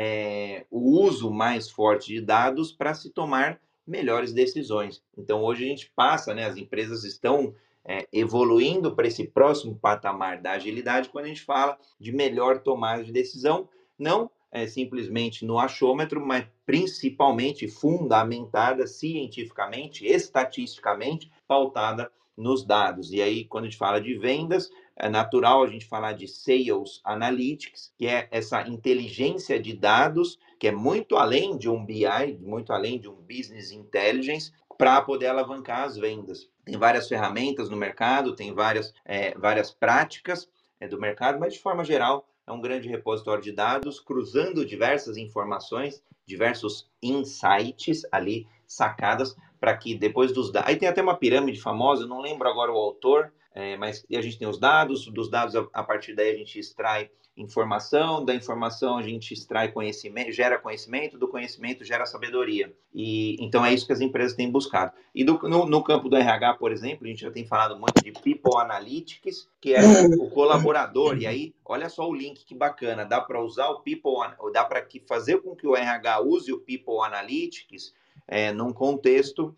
é, o uso mais forte de dados para se tomar melhores decisões. Então, hoje a gente passa, né, as empresas estão é, evoluindo para esse próximo patamar da agilidade quando a gente fala de melhor tomada de decisão, não é, simplesmente no achômetro, mas principalmente fundamentada cientificamente, estatisticamente, pautada nos dados. E aí, quando a gente fala de vendas, é natural a gente falar de Sales Analytics, que é essa inteligência de dados, que é muito além de um B I, muito além de um Business Intelligence, para poder alavancar as vendas. Tem várias ferramentas no mercado, tem várias, é, várias práticas é, do mercado, mas de forma geral, é um grande repositório de dados, cruzando diversas informações, diversos insights ali, sacadas, para que depois dos dados... Aí tem até uma pirâmide famosa, eu não lembro agora o autor, é, mas a gente tem os dados, dos dados, a, a partir daí a gente extrai informação, da informação a gente extrai conhecimento, gera conhecimento, do conhecimento gera sabedoria. E então é isso que as empresas têm buscado. E do, no, no campo do R H, por exemplo, a gente já tem falado muito de People Analytics, que é o colaborador. E aí, olha só o link que bacana, dá para usar o People, dá para fazer com que o R H use o People Analytics é, num contexto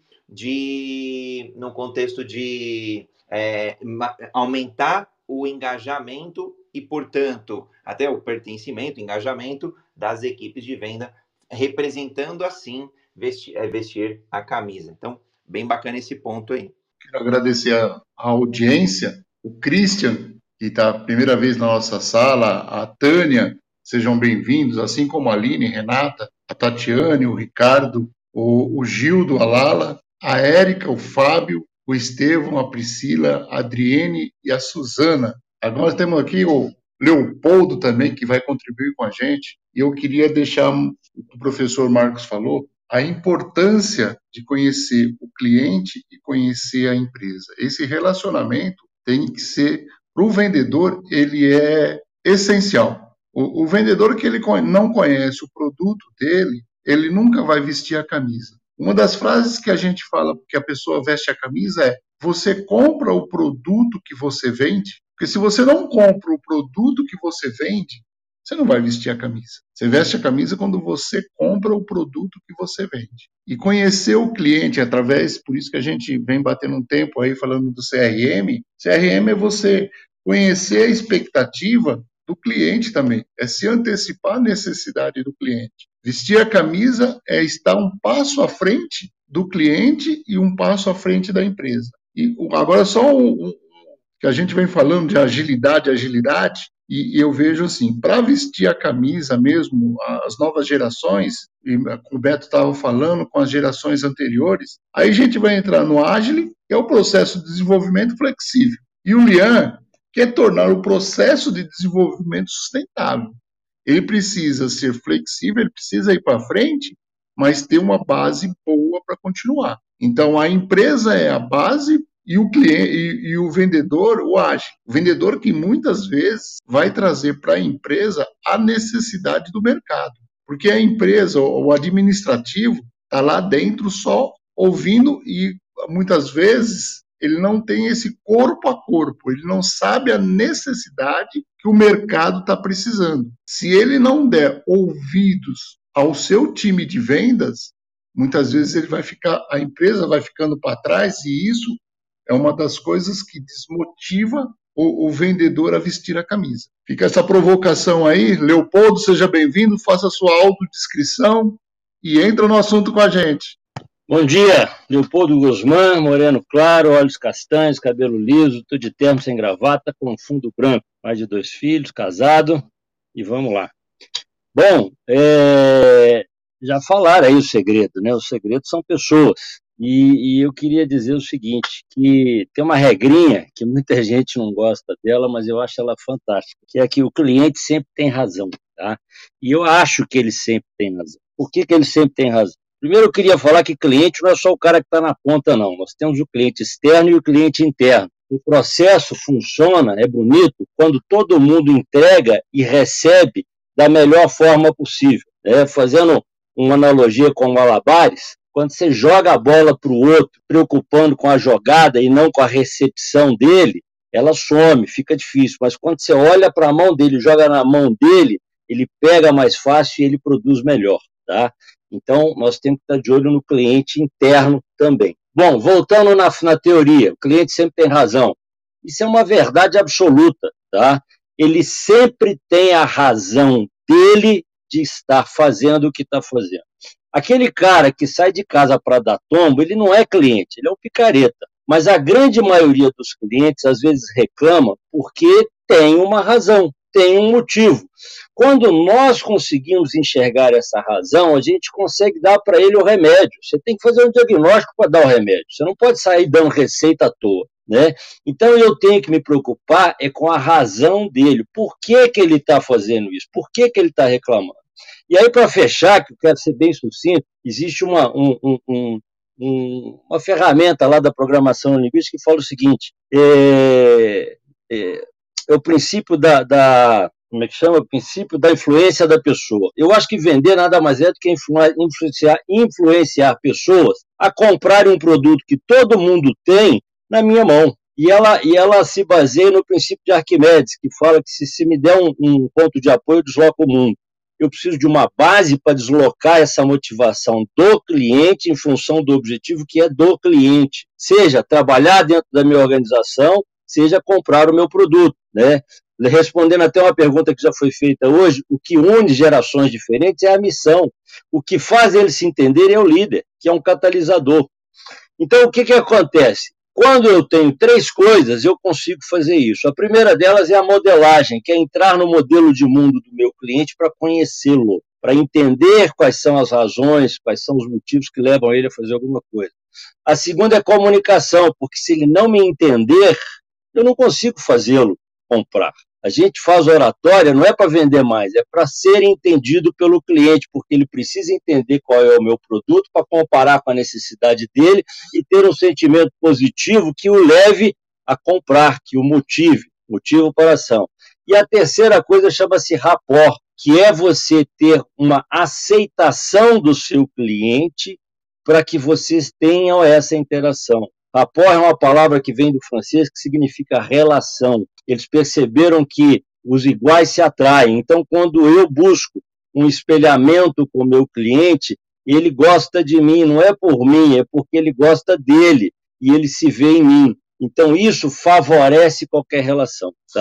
de, num contexto de é, aumentar o engajamento e, portanto, até o pertencimento, engajamento das equipes de venda, representando, assim, vestir, vestir a camisa. Então, bem bacana esse ponto aí. Quero agradecer a, a audiência, o Christian, que está a primeira vez na nossa sala, a Tânia, sejam bem-vindos, assim como a Aline, Renata, a Tatiane, o Ricardo, o, o Gildo, a Lala, a Érica, o Fábio, o Estevão, a Priscila, a Adriene e a Suzana. Agora nós temos aqui o Leopoldo também, que vai contribuir com a gente. E eu queria deixar, o professor Marcos falou, a importância de conhecer o cliente e conhecer a empresa. Esse relacionamento tem que ser, para o vendedor, ele é essencial. O, o vendedor que ele não conhece o produto dele, ele nunca vai vestir a camisa. Uma das frases que a gente fala que a pessoa veste a camisa é: você compra o produto que você vende? Porque se você não compra o produto que você vende, você não vai vestir a camisa. Você veste a camisa quando você compra o produto que você vende. E conhecer o cliente através, por isso que a gente vem batendo um tempo aí falando do C R M. C R M é você conhecer a expectativa do cliente também, é se antecipar à necessidade do cliente. Vestir a camisa é estar um passo à frente do cliente e um passo à frente da empresa. E agora só o, o que a gente vem falando de agilidade, agilidade, e eu vejo assim, para vestir a camisa mesmo, as novas gerações, e o Beto estava falando com as gerações anteriores, aí a gente vai entrar no Agile, que é o processo de desenvolvimento flexível. E o Lean quer tornar o processo de desenvolvimento sustentável. Ele precisa ser flexível, ele precisa ir para frente, mas ter uma base boa para continuar. Então, a empresa é a base e o cliente e, e o vendedor o age. O vendedor que muitas vezes vai trazer para a empresa a necessidade do mercado, porque a empresa, o administrativo, está lá dentro só ouvindo e muitas vezes ele não tem esse corpo a corpo, ele não sabe a necessidade que o mercado está precisando. Se ele não der ouvidos ao seu time de vendas, muitas vezes ele vai ficar, a empresa vai ficando para trás, e isso é uma das coisas que desmotiva o, o vendedor a vestir a camisa. Fica essa provocação aí. Leopoldo, seja bem-vindo, faça a sua autodescrição e entra no assunto com a gente. Bom dia, Leopoldo Guzmán, moreno claro, olhos castanhos, cabelo liso, tudo de terno sem gravata, com fundo branco, pai de dois filhos, casado, e vamos lá. Bom, é, já falaram aí o segredo, né? O segredo são pessoas. E, e eu queria dizer o seguinte, que tem uma regrinha que muita gente não gosta dela, mas eu acho ela fantástica, que é que o cliente sempre tem razão, tá? E eu acho que ele sempre tem razão. Por que que ele sempre tem razão? Primeiro eu queria falar que cliente não é só o cara que está na ponta, não. Nós temos o cliente externo e o cliente interno. O processo funciona, é bonito, quando todo mundo entrega e recebe da melhor forma possível. Né? Fazendo uma analogia com malabares, quando você joga a bola para o outro, preocupando com a jogada e não com a recepção dele, ela some, fica difícil. Mas quando você olha para a mão dele, joga na mão dele, ele pega mais fácil e ele produz melhor, tá? Então, nós temos que estar de olho no cliente interno também. Bom, voltando na, na teoria, o cliente sempre tem razão. Isso é uma verdade absoluta, tá? Ele sempre tem a razão dele de estar fazendo o que está fazendo. Aquele cara que sai de casa para dar tombo, ele não é cliente, ele é um picareta. Mas a grande maioria dos clientes, às vezes, reclama porque tem uma razão, tem um motivo. Quando nós conseguimos enxergar essa razão, a gente consegue dar para ele o remédio. Você tem que fazer um diagnóstico para dar o remédio. Você não pode sair dando receita à toa, né? Então, eu tenho que me preocupar é com a razão dele. Por que que ele está fazendo isso? Por que que ele está reclamando? E aí, para fechar, que eu quero ser bem sucinto, existe uma, um, um, um, uma ferramenta lá da programação linguística que fala o seguinte, é, é, é o princípio da, da, como é que chama? O princípio da influência da pessoa. Eu acho que vender nada mais é do que influenciar, influenciar pessoas a comprarem um produto que todo mundo tem na minha mão. E ela, e ela se baseia no princípio de Arquimedes, que fala que se, se me der um, um ponto de apoio, eu desloco o mundo. Eu preciso de uma base para deslocar essa motivação do cliente em função do objetivo que é do cliente. Seja trabalhar dentro da minha organização, seja comprar o meu produto, né? Respondendo até uma pergunta que já foi feita hoje, o que une gerações diferentes é a missão. O que faz eles se entenderem é o líder, que é um catalisador. Então, o que que acontece? Quando eu tenho três coisas, eu consigo fazer isso. A primeira delas é a modelagem, que é entrar no modelo de mundo do meu cliente para conhecê-lo, para entender quais são as razões, quais são os motivos que levam ele a fazer alguma coisa. A segunda é comunicação, porque se ele não me entender, eu não consigo fazê-lo comprar. A gente faz oratória não é para vender mais, é para ser entendido pelo cliente, porque ele precisa entender qual é o meu produto para comparar com a necessidade dele e ter um sentimento positivo que o leve a comprar, que o motive, motivo para a ação. E a terceira coisa chama-se rapport, que é você ter uma aceitação do seu cliente para que vocês tenham essa interação. Rapport é uma palavra que vem do francês que significa relação. Eles perceberam que os iguais se atraem. Então, quando eu busco um espelhamento com o meu cliente, ele gosta de mim, não é por mim, é porque ele gosta dele e ele se vê em mim. Então, isso favorece qualquer relação, tá?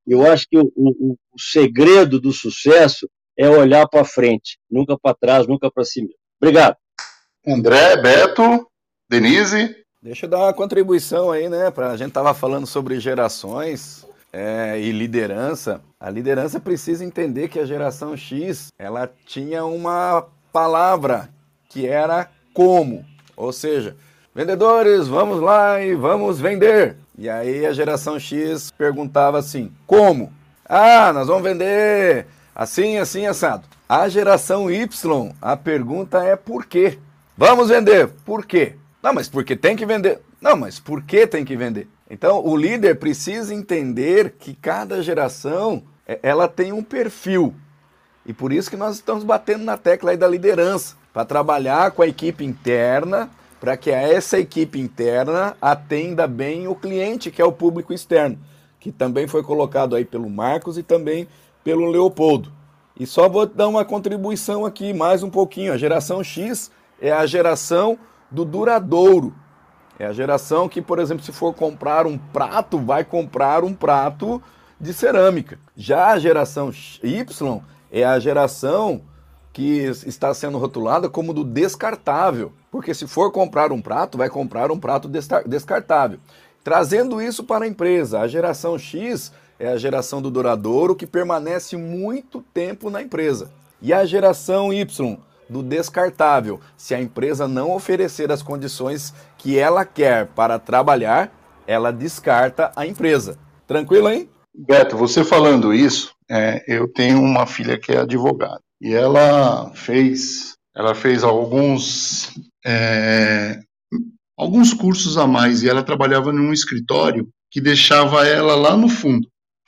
Eu acho que o, o, o segredo do sucesso é olhar para frente, nunca para trás, nunca para si mesmo. Obrigado. André, Beto, Denise. Deixa eu dar uma contribuição aí, né? Pra, a gente estava falando sobre gerações é, e liderança. A liderança precisa entender que a geração X, ela tinha uma palavra que era como. Ou seja, vendedores, vamos lá e vamos vender. E aí a geração X perguntava assim, como? Ah, nós vamos vender assim, assim, assado. A geração Y, a pergunta é por quê? Vamos vender, por quê? Não, mas porque tem que vender. Não, mas por que tem que vender? Então, o líder precisa entender que cada geração, ela tem um perfil. E por isso que nós estamos batendo na tecla aí da liderança, para trabalhar com a equipe interna, para que essa equipe interna atenda bem o cliente, que é o público externo, que também foi colocado aí pelo Marcos e também pelo Leopoldo. E só vou dar uma contribuição aqui, mais um pouquinho. A geração X é a geração do duradouro. É a geração que, por exemplo, se for comprar um prato, vai comprar um prato de cerâmica. Já a geração Y é a geração que está sendo rotulada como do descartável. Porque se for comprar um prato, vai comprar um prato descartável. Trazendo isso para a empresa, a geração X é a geração do duradouro que permanece muito tempo na empresa. E a geração Y, do descartável, se a empresa não oferecer as condições que ela quer para trabalhar, ela descarta a empresa. Tranquilo, hein? Beto, você falando isso, é, eu tenho uma filha que é advogada e ela fez, ela fez alguns, é, alguns cursos a mais e ela trabalhava num escritório que deixava ela lá no fundo.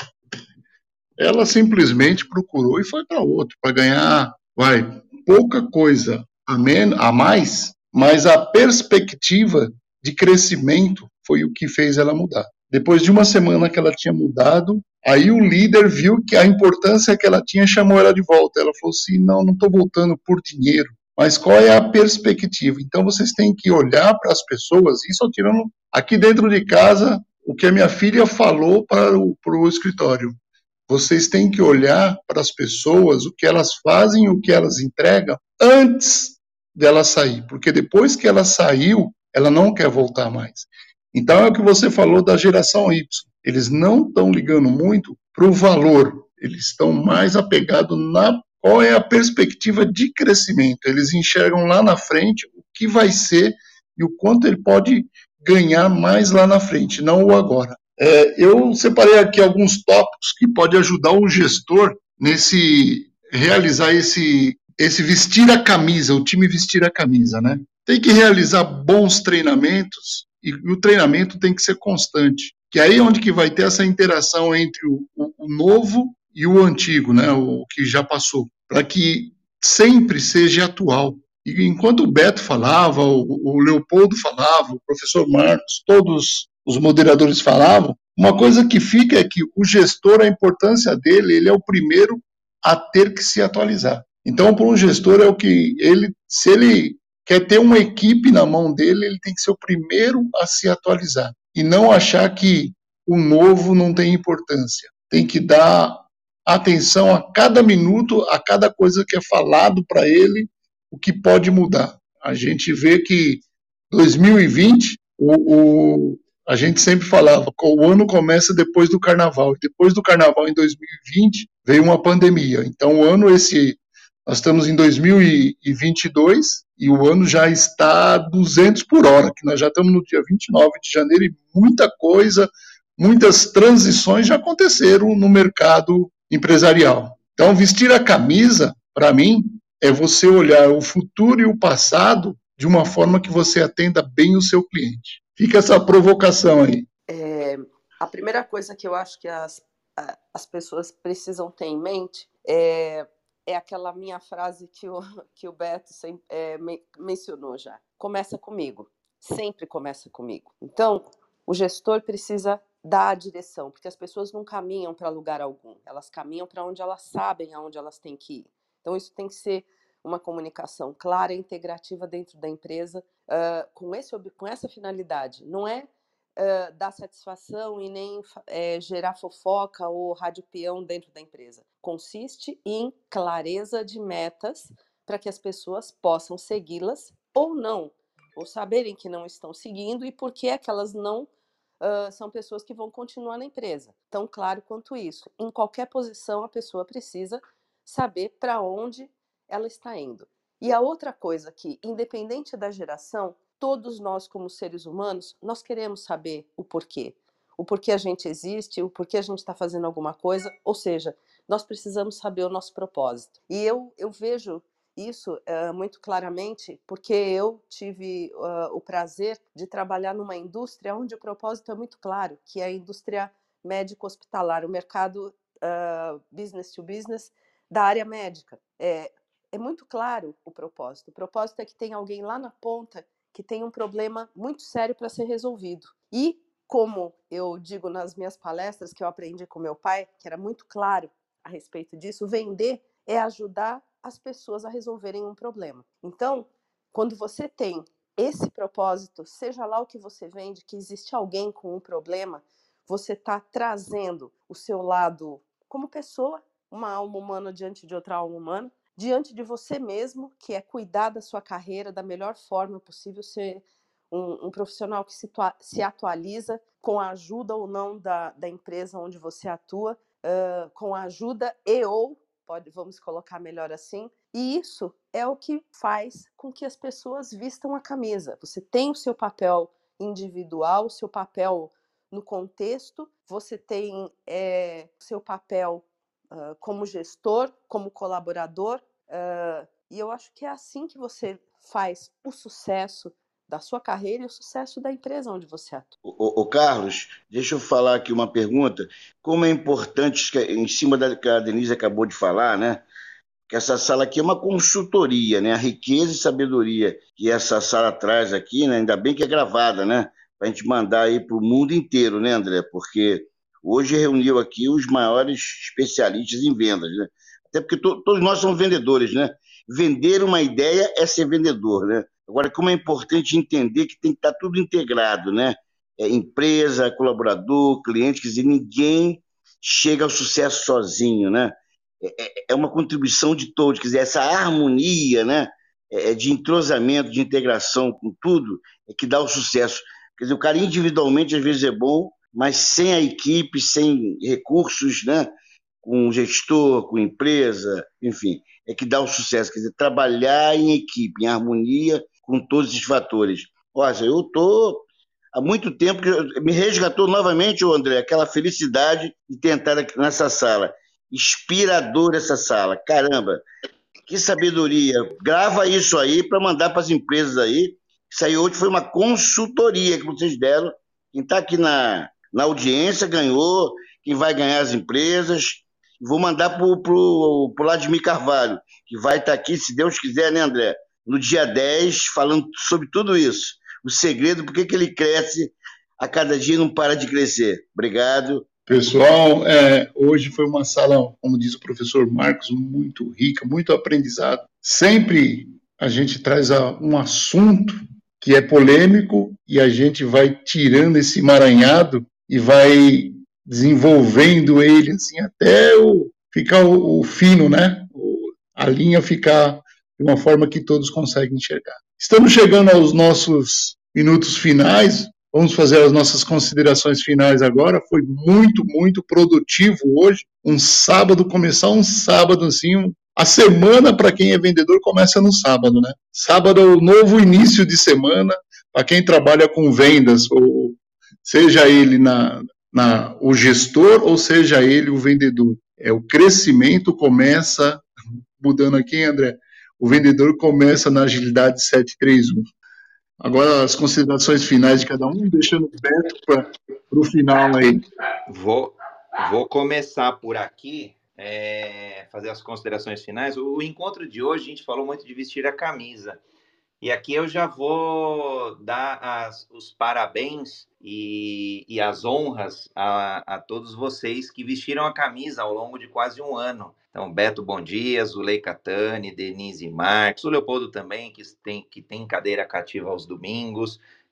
Ela simplesmente procurou e foi para outro para ganhar, vai, pouca coisa a, menos, a mais, mas a perspectiva de crescimento foi o que fez ela mudar. Depois de uma semana que ela tinha mudado, aí o líder viu que a importância que ela tinha, chamou ela de volta. Ela falou assim, não, não estou voltando por dinheiro, mas qual é a perspectiva? Então vocês têm que olhar para as pessoas, isso eu tirando aqui dentro de casa, o que a minha filha falou para o, para o escritório. Vocês têm que olhar para as pessoas, o que elas fazem, o que elas entregam, antes dela sair. Porque depois que ela saiu, ela não quer voltar mais. Então é o que você falou da geração Y. Eles não estão ligando muito para o valor. Eles estão mais apegados na qual é a perspectiva de crescimento. Eles enxergam lá na frente o que vai ser e o quanto ele pode ganhar mais lá na frente, não o agora. É, eu separei aqui alguns tópicos que podem ajudar o gestor nesse realizar esse, esse vestir a camisa, o time vestir a camisa, né? Tem que realizar bons treinamentos e o treinamento tem que ser constante, que aí é onde que vai ter essa interação entre o, o, o novo e o antigo, né? O que já passou, para que sempre seja atual. E enquanto o Beto falava, o, o Leopoldo falava, o professor Marcos, todos os moderadores falavam, uma coisa que fica é que o gestor, a importância dele, ele é o primeiro a ter que se atualizar. Então, para um gestor, é o que ele, se ele quer ter uma equipe na mão dele, ele tem que ser o primeiro a se atualizar. E não achar que o novo não tem importância. Tem que dar atenção a cada minuto, a cada coisa que é falado para ele, o que pode mudar. A gente vê que dois mil e vinte, o, o a gente sempre falava que o ano começa depois do carnaval. Depois do carnaval, em dois mil e vinte, veio uma pandemia. Então, o ano esse, nós estamos em dois mil e vinte e dois e o ano já está duzentos por hora, que nós já estamos no dia vinte e nove de janeiro e muita coisa, muitas transições já aconteceram no mercado empresarial. Então, vestir a camisa, para mim, é você olhar o futuro e o passado de uma forma que você atenda bem o seu cliente. Fica essa provocação aí. É, a primeira coisa que eu acho que as, as pessoas precisam ter em mente é, é aquela minha frase que o, que o Beto sempre, é, mencionou já. Começa comigo. Sempre começa comigo. Então, o gestor precisa dar a direção, porque as pessoas não caminham para lugar algum. Elas caminham para onde elas sabem aonde elas têm que ir. Então, isso tem que ser uma comunicação clara e integrativa dentro da empresa, uh, com, esse, com essa finalidade. Não é uh, dar satisfação e nem é, gerar fofoca ou rádio peão dentro da empresa. Consiste em clareza de metas para que as pessoas possam segui-las ou não, ou saberem que não estão seguindo e por que é que elas não uh, são pessoas que vão continuar na empresa. Tão claro quanto isso. Em qualquer posição, a pessoa precisa saber para onde ela está indo. E a outra coisa que, independente da geração, todos nós, como seres humanos, nós queremos saber o porquê. O porquê a gente existe, o porquê a gente está fazendo alguma coisa, ou seja, nós precisamos saber o nosso propósito. E eu, eu vejo isso uh, muito claramente porque eu tive uh, o prazer de trabalhar numa indústria onde o propósito é muito claro, que é a indústria médico-hospitalar, o mercado uh, business to business da área médica. É, é muito claro o propósito. O propósito é que tem alguém lá na ponta que tem um problema muito sério para ser resolvido. E, como eu digo nas minhas palestras, que eu aprendi com meu pai, que era muito claro a respeito disso, vender é ajudar as pessoas a resolverem um problema. Então, quando você tem esse propósito, seja lá o que você vende, que existe alguém com um problema, você está trazendo o seu lado como pessoa, uma alma humana diante de outra alma humana, diante de você mesmo, que é cuidar da sua carreira da melhor forma possível, ser um, um profissional que se, se atualiza com a ajuda ou não da, da empresa onde você atua, uh, com a ajuda e ou, pode, vamos colocar melhor assim, e isso é o que faz com que as pessoas vistam a camisa. Você tem o seu papel individual, o seu papel no contexto, você tem é, o seu papel Uh, como gestor, como colaborador, uh, e eu acho que é assim que você faz o sucesso da sua carreira e o sucesso da empresa onde você atua. Ô, ô Carlos, deixa eu falar aqui uma pergunta. Como é importante, em cima da que a Denise acabou de falar, né? Que essa sala aqui é uma consultoria, né? A riqueza e sabedoria que essa sala traz aqui, né? Ainda bem que é gravada, né? Para a gente mandar aí para o mundo inteiro, né, André? Porque hoje reuniu aqui os maiores especialistas em vendas, né? Até porque to todos nós somos vendedores, né? Vender uma ideia é ser vendedor, né? Agora, como é importante entender que tem que estar tudo integrado, né? É, empresa, colaborador, cliente, quer dizer, ninguém chega ao sucesso sozinho, né? É, é uma contribuição de todos, quer dizer, essa harmonia, né? É, de entrosamento, de integração com tudo, é que dá o sucesso. Quer dizer, o cara individualmente às vezes é bom, mas sem a equipe, sem recursos, né? Com gestor, com empresa, enfim, é que dá o sucesso. Quer dizer, trabalhar em equipe, em harmonia com todos esses fatores. Olha, eu estou há muito tempo que me resgatou novamente, André, aquela felicidade de tentar aqui nessa sala. Inspiradora essa sala, caramba, que sabedoria. Grava isso aí para mandar para as empresas aí. Isso aí hoje foi uma consultoria que vocês deram. Quem está aqui na, na audiência ganhou, quem vai ganhar as empresas. Vou mandar para o Vladimir Carvalho, que vai estar tá aqui, se Deus quiser, né, André? No dia dez, falando sobre tudo isso. O segredo, por que ele cresce a cada dia e não para de crescer. Obrigado. Pessoal, é, hoje foi uma sala, como diz o professor Marcos, muito rica, muito aprendizado. Sempre a gente traz a, um assunto que é polêmico e a gente vai tirando esse emaranhado e vai desenvolvendo ele assim, até o, ficar o, o fino, né? O, a linha ficar de uma forma que todos conseguem enxergar. Estamos chegando aos nossos minutos finais. Vamos fazer as nossas considerações finais agora. Foi muito, muito produtivo hoje. Um sábado, começar um sábado assim. Um... A semana, para quem é vendedor, começa no sábado, né? Sábado é o novo início de semana para quem trabalha com vendas, ou seja ele na, na, o gestor ou seja ele o vendedor. É, o crescimento começa, mudando aqui, André, o vendedor começa na agilidade sete três um. Agora as considerações finais de cada um, deixando o Beto para o final aí. Vou, vou começar por aqui, é, fazer as considerações finais. O, o encontro de hoje, a gente falou muito de vestir a camisa. E aqui eu já vou dar as, os parabéns e, e as honras a, a todos vocês que vestiram a camisa ao longo de quase um ano. Então, Beto, bom dia, Zulei Catani, Denise Marques, o Leopoldo também, que tem, que tem cadeira cativa aos domingos,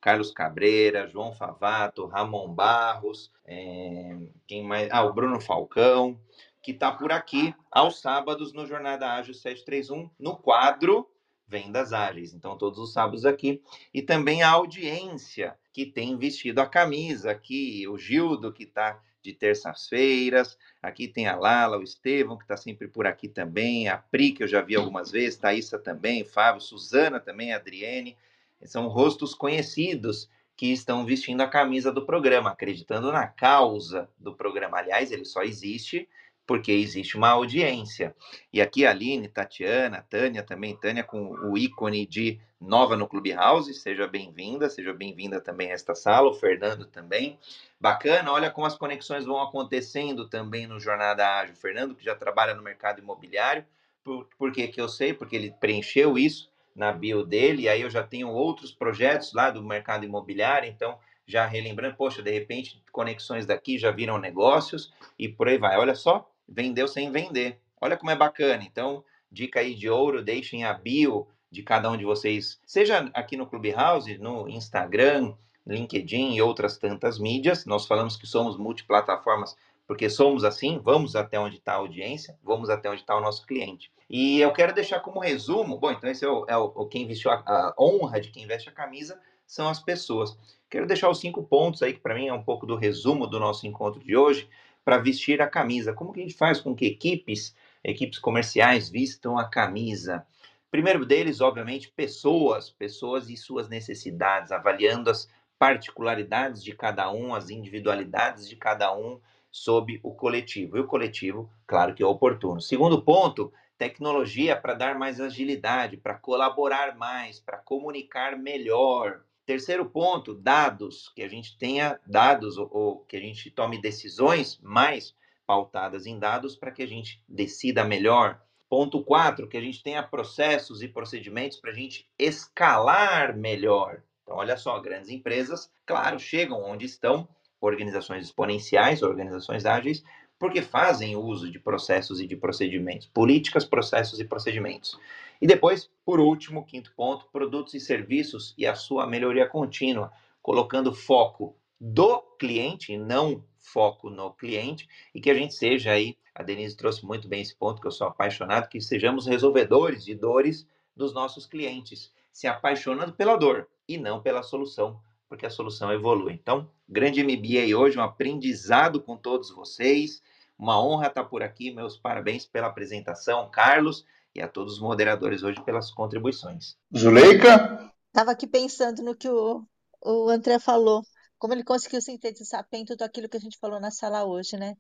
Carlos Cabreira, João Favato, Ramon Barros, é, quem mais? Ah, o Bruno Falcão, que está por aqui aos sábados no Jornada Ágil sete três um, no quadro Vendas Ágeis. Então, todos os sábados aqui. E também a audiência que tem vestido a camisa aqui, o Gildo, que está de terças-feiras. Aqui tem a Lala, o Estevão, que está sempre por aqui também, a Pri, que eu já vi algumas vezes, Thaísa também, Fábio, Suzana também, a Adriene. São rostos conhecidos que estão vestindo a camisa do programa, acreditando na causa do programa. Aliás, ele só existe porque existe uma audiência. E aqui a Aline, Tatiana, Tânia também, Tânia com o ícone de nova no Clubhouse, seja bem-vinda, seja bem-vinda também a esta sala, o Fernando também. Bacana, olha como as conexões vão acontecendo também no Jornada Ágil. O Fernando, que já trabalha no mercado imobiliário, por, por que que eu sei? Porque ele preencheu isso na bio dele, e aí eu já tenho outros projetos lá do mercado imobiliário, então já relembrando, poxa, de repente conexões daqui já viram negócios e por aí vai. Olha só, vendeu sem vender. Olha como é bacana. Então, dica aí de ouro, deixem a bio de cada um de vocês, seja aqui no Clubhouse, no Instagram, LinkedIn e outras tantas mídias. Nós falamos que somos multiplataformas porque somos assim, vamos até onde está a audiência, vamos até onde está o nosso cliente. E eu quero deixar como resumo, bom, então esse é o, é o quem vestiu a, a honra de quem veste a camisa, são as pessoas. Quero deixar os cinco pontos aí, que para mim é um pouco do resumo do nosso encontro de hoje, para vestir a camisa. Como que a gente faz com que equipes, equipes comerciais vistam a camisa? Primeiro deles, obviamente, pessoas, pessoas e suas necessidades, avaliando as particularidades de cada um, as individualidades de cada um, sob o coletivo. E o coletivo, claro que é oportuno. Segundo ponto, tecnologia para dar mais agilidade, para colaborar mais, para comunicar melhor. Terceiro ponto, dados, que a gente tenha dados ou, ou que a gente tome decisões mais pautadas em dados para que a gente decida melhor. Ponto quatro, que a gente tenha processos e procedimentos para a gente escalar melhor. Então, olha só, grandes empresas, claro, chegam onde estão, organizações exponenciais, organizações ágeis, porque fazem uso de processos e de procedimentos, políticas, processos e procedimentos. E depois, por último, quinto ponto, produtos e serviços e a sua melhoria contínua, colocando foco do cliente, não foco no cliente, e que a gente seja aí, a Denise trouxe muito bem esse ponto, que eu sou apaixonado, que sejamos resolvedores de dores dos nossos clientes, se apaixonando pela dor e não pela solução, porque a solução evolui. Então, grande M B A hoje, um aprendizado com todos vocês, uma honra estar por aqui, meus parabéns pela apresentação, Carlos, e a todos os moderadores hoje pelas contribuições. Zuleika? Estava aqui pensando no que o, o André falou, como ele conseguiu sintetizar bem tudo aquilo que a gente falou na sala hoje, né?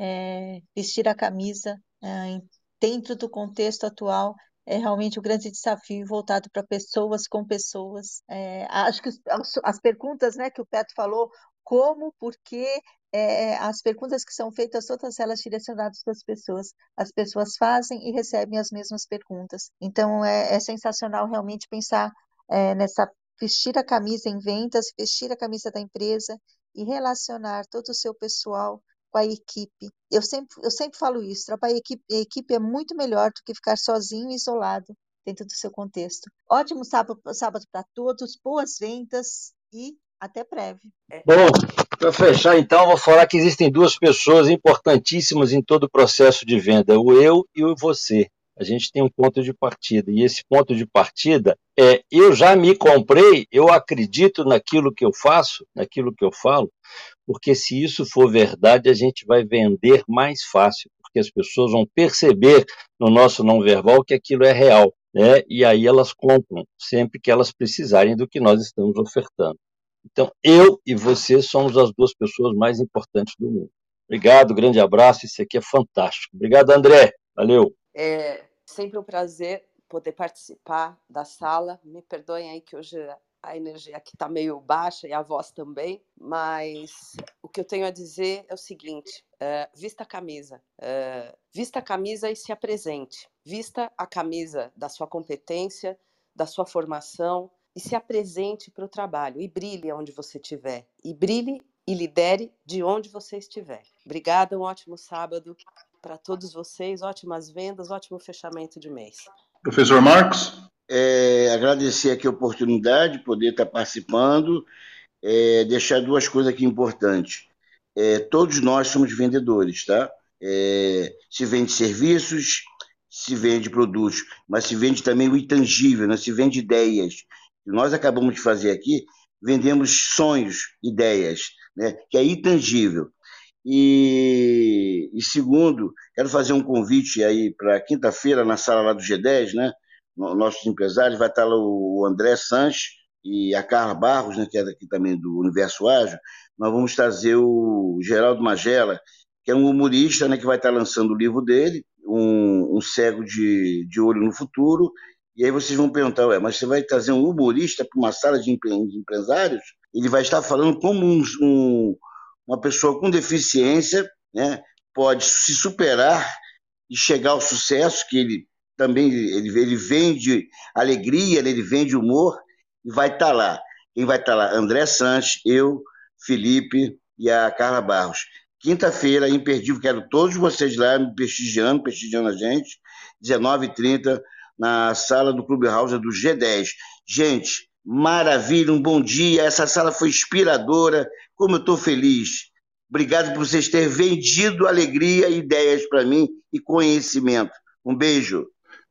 É, vestir a camisa é, em- dentro do contexto atual é realmente o grande desafio voltado para pessoas com pessoas. É, acho que os- as, as perguntas, né, que o Beto falou, como, por quê, é, as perguntas que são feitas, todas elas direcionadas para as pessoas. As pessoas fazem e recebem as mesmas perguntas. Então, é, é sensacional realmente pensar é, nessa vestir a camisa em vendas, vestir a camisa da empresa e relacionar todo o seu pessoal com a equipe. Eu sempre, eu sempre falo isso, trabalhar em equipe, em equipe é muito melhor do que ficar sozinho e isolado dentro do seu contexto. Ótimo sábado, sábado para todos, boas vendas e até breve. Bom, para fechar então, vou falar que existem duas pessoas importantíssimas em todo o processo de venda, o eu e o você. A gente tem um ponto de partida, e esse ponto de partida é: eu já me comprei, eu acredito naquilo que eu faço, naquilo que eu falo, porque se isso for verdade, a gente vai vender mais fácil, porque as pessoas vão perceber no nosso não verbal que aquilo é real, né? E aí elas compram sempre que elas precisarem do que nós estamos ofertando. Então, eu e você somos as duas pessoas mais importantes do mundo. Obrigado, grande abraço, isso aqui é fantástico. Obrigado, André. Valeu. É sempre um prazer poder participar da sala. Me perdoem aí que hoje a energia aqui está meio baixa e a voz também, mas o que eu tenho a dizer é o seguinte: é, vista a camisa, é, vista a camisa e se apresente. Vista a camisa da sua competência, da sua formação e se apresente para o trabalho e brilhe onde você estiver. E brilhe e lidere de onde você estiver. Obrigada, um ótimo sábado para todos vocês, ótimas vendas, ótimo fechamento de mês. Professor Marcos? É, agradecer aqui a oportunidade de poder estar participando, é, deixar duas coisas aqui importantes. É, todos nós somos vendedores, tá? É, se vende serviços, se vende produtos, mas se vende também o intangível, né? Se vende ideias. Nós acabamos de fazer aqui, vendemos sonhos, ideias, né? Que é intangível. E, e segundo, quero fazer um convite aí para quinta-feira na sala lá do G dez, né? No- Nossos empresários, vai estar lá o André Sanches e a Carla Barros, né, que é daqui também do Universo Ágil. Nós vamos trazer o Geraldo Magela, que é um humorista, né, que vai estar lançando o livro dele, um, um cego de, de olho no futuro. E aí vocês vão perguntar, ué, mas você vai trazer um humorista para uma sala de, empre- de empresários? Ele vai estar falando como um, um uma pessoa com deficiência, né, pode se superar e chegar ao sucesso, que ele também ele, ele vende alegria, ele vende humor, e vai estar lá. Quem vai estar lá? André Sanches, eu, Felipe e a Carla Barros. Quinta-feira, imperdível, quero todos vocês lá me prestigiando, prestigiando a gente, dezenove e trinta, na sala do Clube House do G dez. Gente, maravilha, um bom dia, essa sala foi inspiradora, como eu estou feliz. Obrigado por vocês terem vendido alegria, ideias para mim e conhecimento. Um beijo.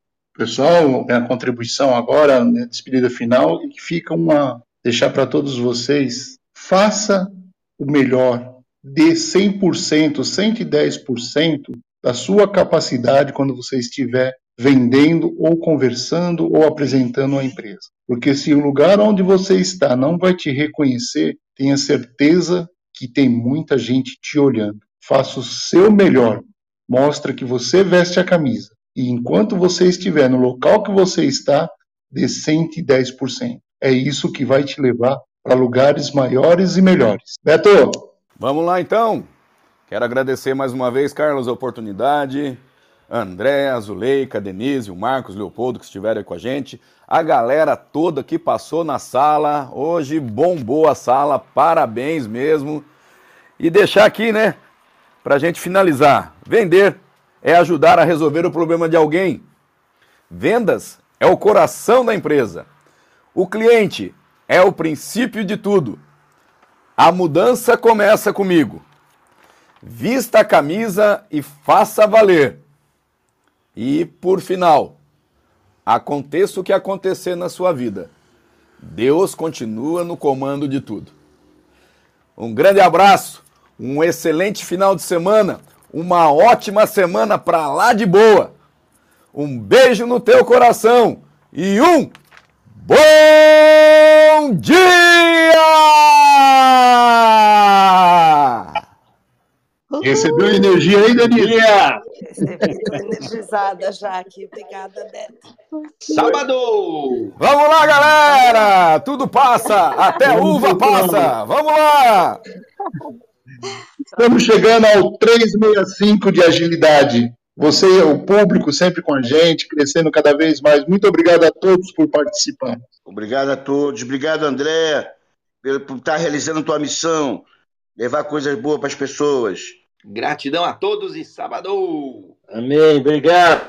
Pessoal, minha contribuição agora, minha despedida final, e que fica uma. Deixar para todos vocês: faça o melhor, dê cem por cento, cento e dez por cento da sua capacidade quando você estiver vendendo ou conversando ou apresentando a empresa. Porque se o lugar onde você está não vai te reconhecer, tenha certeza que tem muita gente te olhando. Faça o seu melhor, mostra que você veste a camisa. E enquanto você estiver no local que você está, dê cento e dez por cento. É isso que vai te levar para lugares maiores e melhores. Beto! Vamos lá então. Quero agradecer mais uma vez, Carlos, a oportunidade. André, a Zuleika, a Denise, o Marcos, o Leopoldo que estiveram aí com a gente. A galera toda que passou na sala. Hoje bombou a sala. Parabéns mesmo. E deixar aqui, né, pra gente finalizar. Vender é ajudar a resolver o problema de alguém. Vendas é o coração da empresa. O cliente é o princípio de tudo. A mudança começa comigo. Vista a camisa e faça valer. E, por final, aconteça o que acontecer na sua vida, Deus continua no comando de tudo. Um grande abraço, um excelente final de semana, uma ótima semana pra lá de boa. Um beijo no teu coração e um bom dia! Recebeu energia aí, Denise? Recebi, tô energizada já aqui. Obrigada, Beto. Sábado! Vamos lá, galera! Tudo passa, até a uva passa! Vamos lá! Estamos chegando ao trezentos e sessenta e cinco de agilidade. Você, o público, sempre com a gente, crescendo cada vez mais. Muito obrigado a todos por participar. Obrigado a todos. Obrigado, André, por estar realizando tua missão, levar coisas boas para as pessoas. Gratidão a todos e sábado! Amém, obrigado.